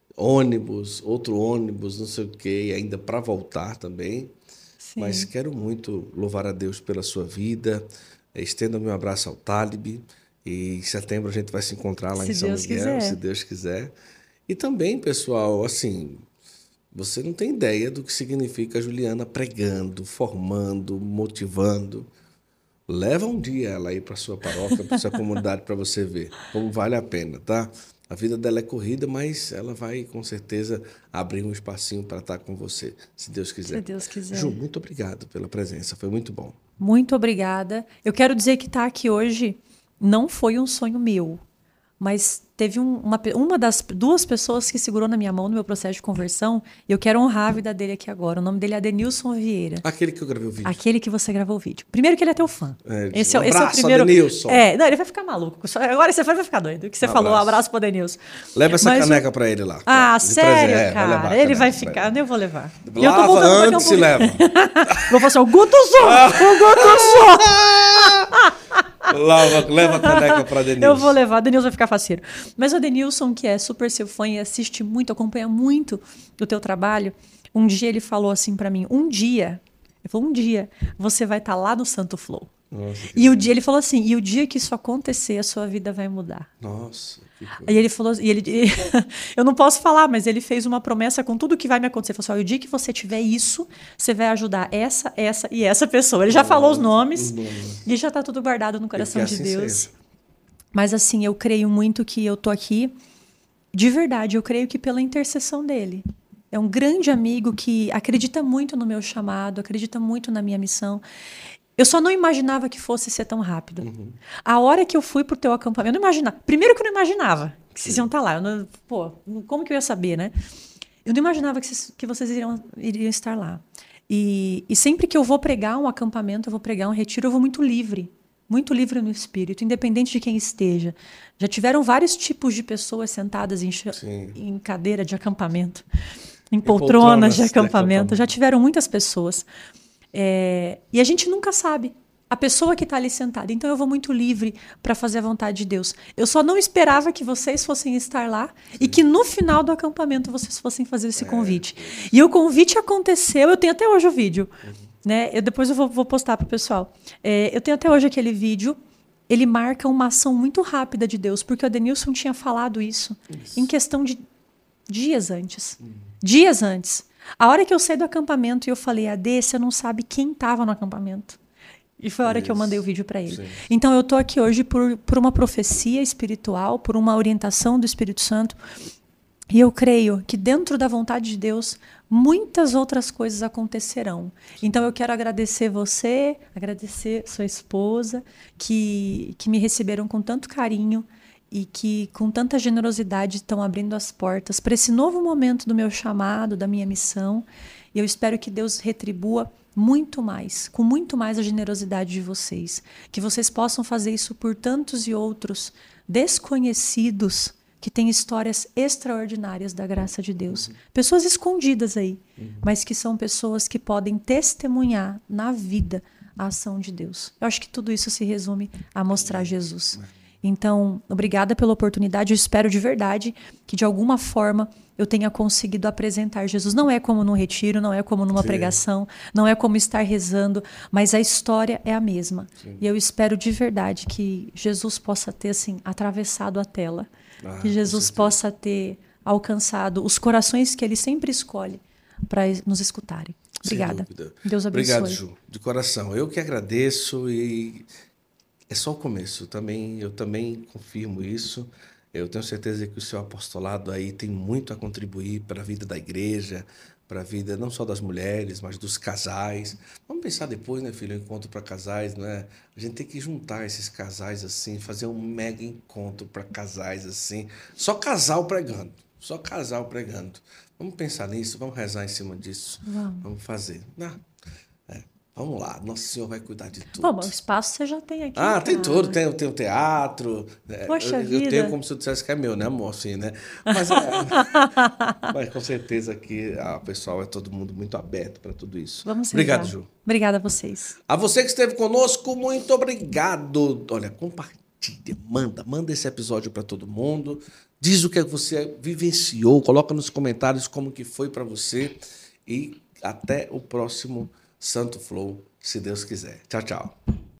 Ônibus, outro ônibus, não sei o quê, e ainda para voltar também. Sim. Mas quero muito louvar a Deus pela sua vida, estenda meu abraço ao Talib, e em setembro a gente vai se encontrar lá se em São Deus Miguel, quiser. se Deus quiser. E também, pessoal, assim, você não tem ideia do que significa a Juliana pregando, formando, motivando. Leva um dia ela aí para sua paróquia, para sua comunidade, para você ver como vale a pena, tá? A vida dela é corrida, mas ela vai, com certeza, abrir um espacinho para estar com você, se Deus quiser. Se Deus quiser. Ju, muito obrigado pela presença, foi muito bom. Muito obrigada. Eu quero dizer que estar aqui hoje não foi um sonho meu, mas teve um, uma, uma das duas pessoas que segurou na minha mão no meu processo de conversão, e eu quero honrar a vida dele aqui agora. O nome dele é Adenilson Vieira. Aquele que eu gravei o vídeo. Aquele que você gravou o vídeo. Primeiro que ele é teu fã. É, esse, um é, esse abraço, é o primeiro. Adenilson. É, não, ele vai ficar maluco. Agora você vai ficar doido. O que você Um falou, abraço. um abraço pro Adenilson. Leva essa Mas caneca o... para ele lá. Ah, de sério, presente. É, cara? vai levar a Ele vai caneca pra ficar, eu vou levar. Lava E eu tô voltando daqui a um antes e pouco. leva. Vou falar assim, o Guto Som! O Guto Som! Lava, leva a caneca para Denilson. Eu vou levar, Denilson vai ficar faceiro. Mas o Denilson, que é super seu fã e assiste muito, acompanha muito o teu trabalho, um dia ele falou assim para mim, um dia Ele falou, um dia você vai estar lá no Santo Flow. Nossa, E o dia, ele falou assim, e o dia que isso acontecer, a sua vida vai mudar. Nossa, que coisa. Aí ele falou, e ele, eu não posso falar, mas ele fez uma promessa com tudo que vai me acontecer. Ele falou assim, o dia que você tiver isso, você vai ajudar essa, essa e essa pessoa. Ele já Nossa, falou os nomes, os nomes. E já está tudo guardado no coração que de assim Deus. seja. Mas assim, eu creio muito que eu tô aqui, de verdade, eu creio que pela intercessão dele. É um grande amigo que acredita muito no meu chamado, acredita muito na minha missão. Eu só não imaginava que fosse ser tão rápido. Uhum. A hora que eu fui pro teu acampamento, eu não imaginava. Primeiro que eu não imaginava que vocês iam estar lá. Eu não, pô, como que eu ia saber, né? Eu não imaginava que vocês, que vocês iriam, iriam estar lá. E, e sempre que eu vou pregar um acampamento, eu vou pregar um retiro, eu vou muito livre. Muito livre no espírito, independente de quem esteja. Já tiveram vários tipos de pessoas sentadas em, em cadeira de acampamento, em poltronas, poltronas de, acampamento. de acampamento. Já tiveram muitas pessoas. É, e a gente nunca sabe a pessoa que está ali sentada. Então eu vou muito livre para fazer a vontade de Deus. Eu só não esperava que vocês fossem estar lá Sim. e que no final do acampamento vocês fossem fazer esse é, convite. É. E o convite aconteceu, eu tenho até hoje o vídeo. Uhum. Né? Eu, depois eu vou, vou postar para o pessoal. É, eu tenho até hoje aquele vídeo. Ele marca uma ação muito rápida de Deus, porque o Adenilson tinha falado isso, isso. em questão de dias antes. Uhum. Dias antes. A hora que eu saí do acampamento e eu falei, Ade, você não sabe quem estava no acampamento. E foi a hora Isso. que eu mandei o vídeo para ele. Sim. Então eu estou aqui hoje por, por uma profecia espiritual, por uma orientação do Espírito Santo. E eu creio que dentro da vontade de Deus, muitas outras coisas acontecerão. Então eu quero agradecer você, agradecer sua esposa, que, que me receberam com tanto carinho e que com tanta generosidade estão abrindo as portas para esse novo momento do meu chamado, da minha missão. E eu espero que Deus retribua muito mais, com muito mais a generosidade de vocês. Que vocês possam fazer isso por tantos e outros desconhecidos que têm histórias extraordinárias da graça de Deus. Uhum. Pessoas escondidas aí, uhum. mas que são pessoas que podem testemunhar na vida a ação de Deus. Eu acho que tudo isso se resume a mostrar Jesus. Então, obrigada pela oportunidade. Eu espero de verdade que, de alguma forma, eu tenha conseguido apresentar Jesus. Não é como num retiro, não é como numa Sim. pregação, não é como estar rezando, mas a história é a mesma. Sim. E eu espero de verdade que Jesus possa ter assim, atravessado a tela, ah, que Jesus possa ter alcançado os corações que Ele sempre escolhe para nos escutarem. Obrigada. Deus abençoe. Obrigado, Ju, de coração. Eu que agradeço e... É só o começo, também, eu também confirmo isso. Eu tenho certeza que o seu apostolado aí tem muito a contribuir para a vida da igreja, para a vida não só das mulheres, mas dos casais. Vamos pensar depois, né, filho, um encontro para casais, né? A gente tem que juntar esses casais assim, fazer um mega encontro para casais assim. Só casal pregando, só casal pregando. Vamos pensar nisso, vamos rezar em cima disso. Vamos, vamos fazer. Não. Vamos lá, Nosso Senhor vai cuidar de tudo. Bom, mas o espaço você já tem aqui. Ah, cara. tem tudo. Tem, tem o teatro. Poxa eu, vida. Eu tenho como se eu dissesse que é meu, né, amor? Assim, né? Mas, é, mas com certeza que o pessoal é todo mundo muito aberto para tudo isso. Vamos Obrigado, rezar. Ju. Obrigada a vocês. A você que esteve conosco, muito obrigado. Olha, compartilha, manda, manda esse episódio para todo mundo. Diz o que você vivenciou, coloca nos comentários como que foi para você. E até o próximo Santo Flow, se Deus quiser. Tchau, tchau.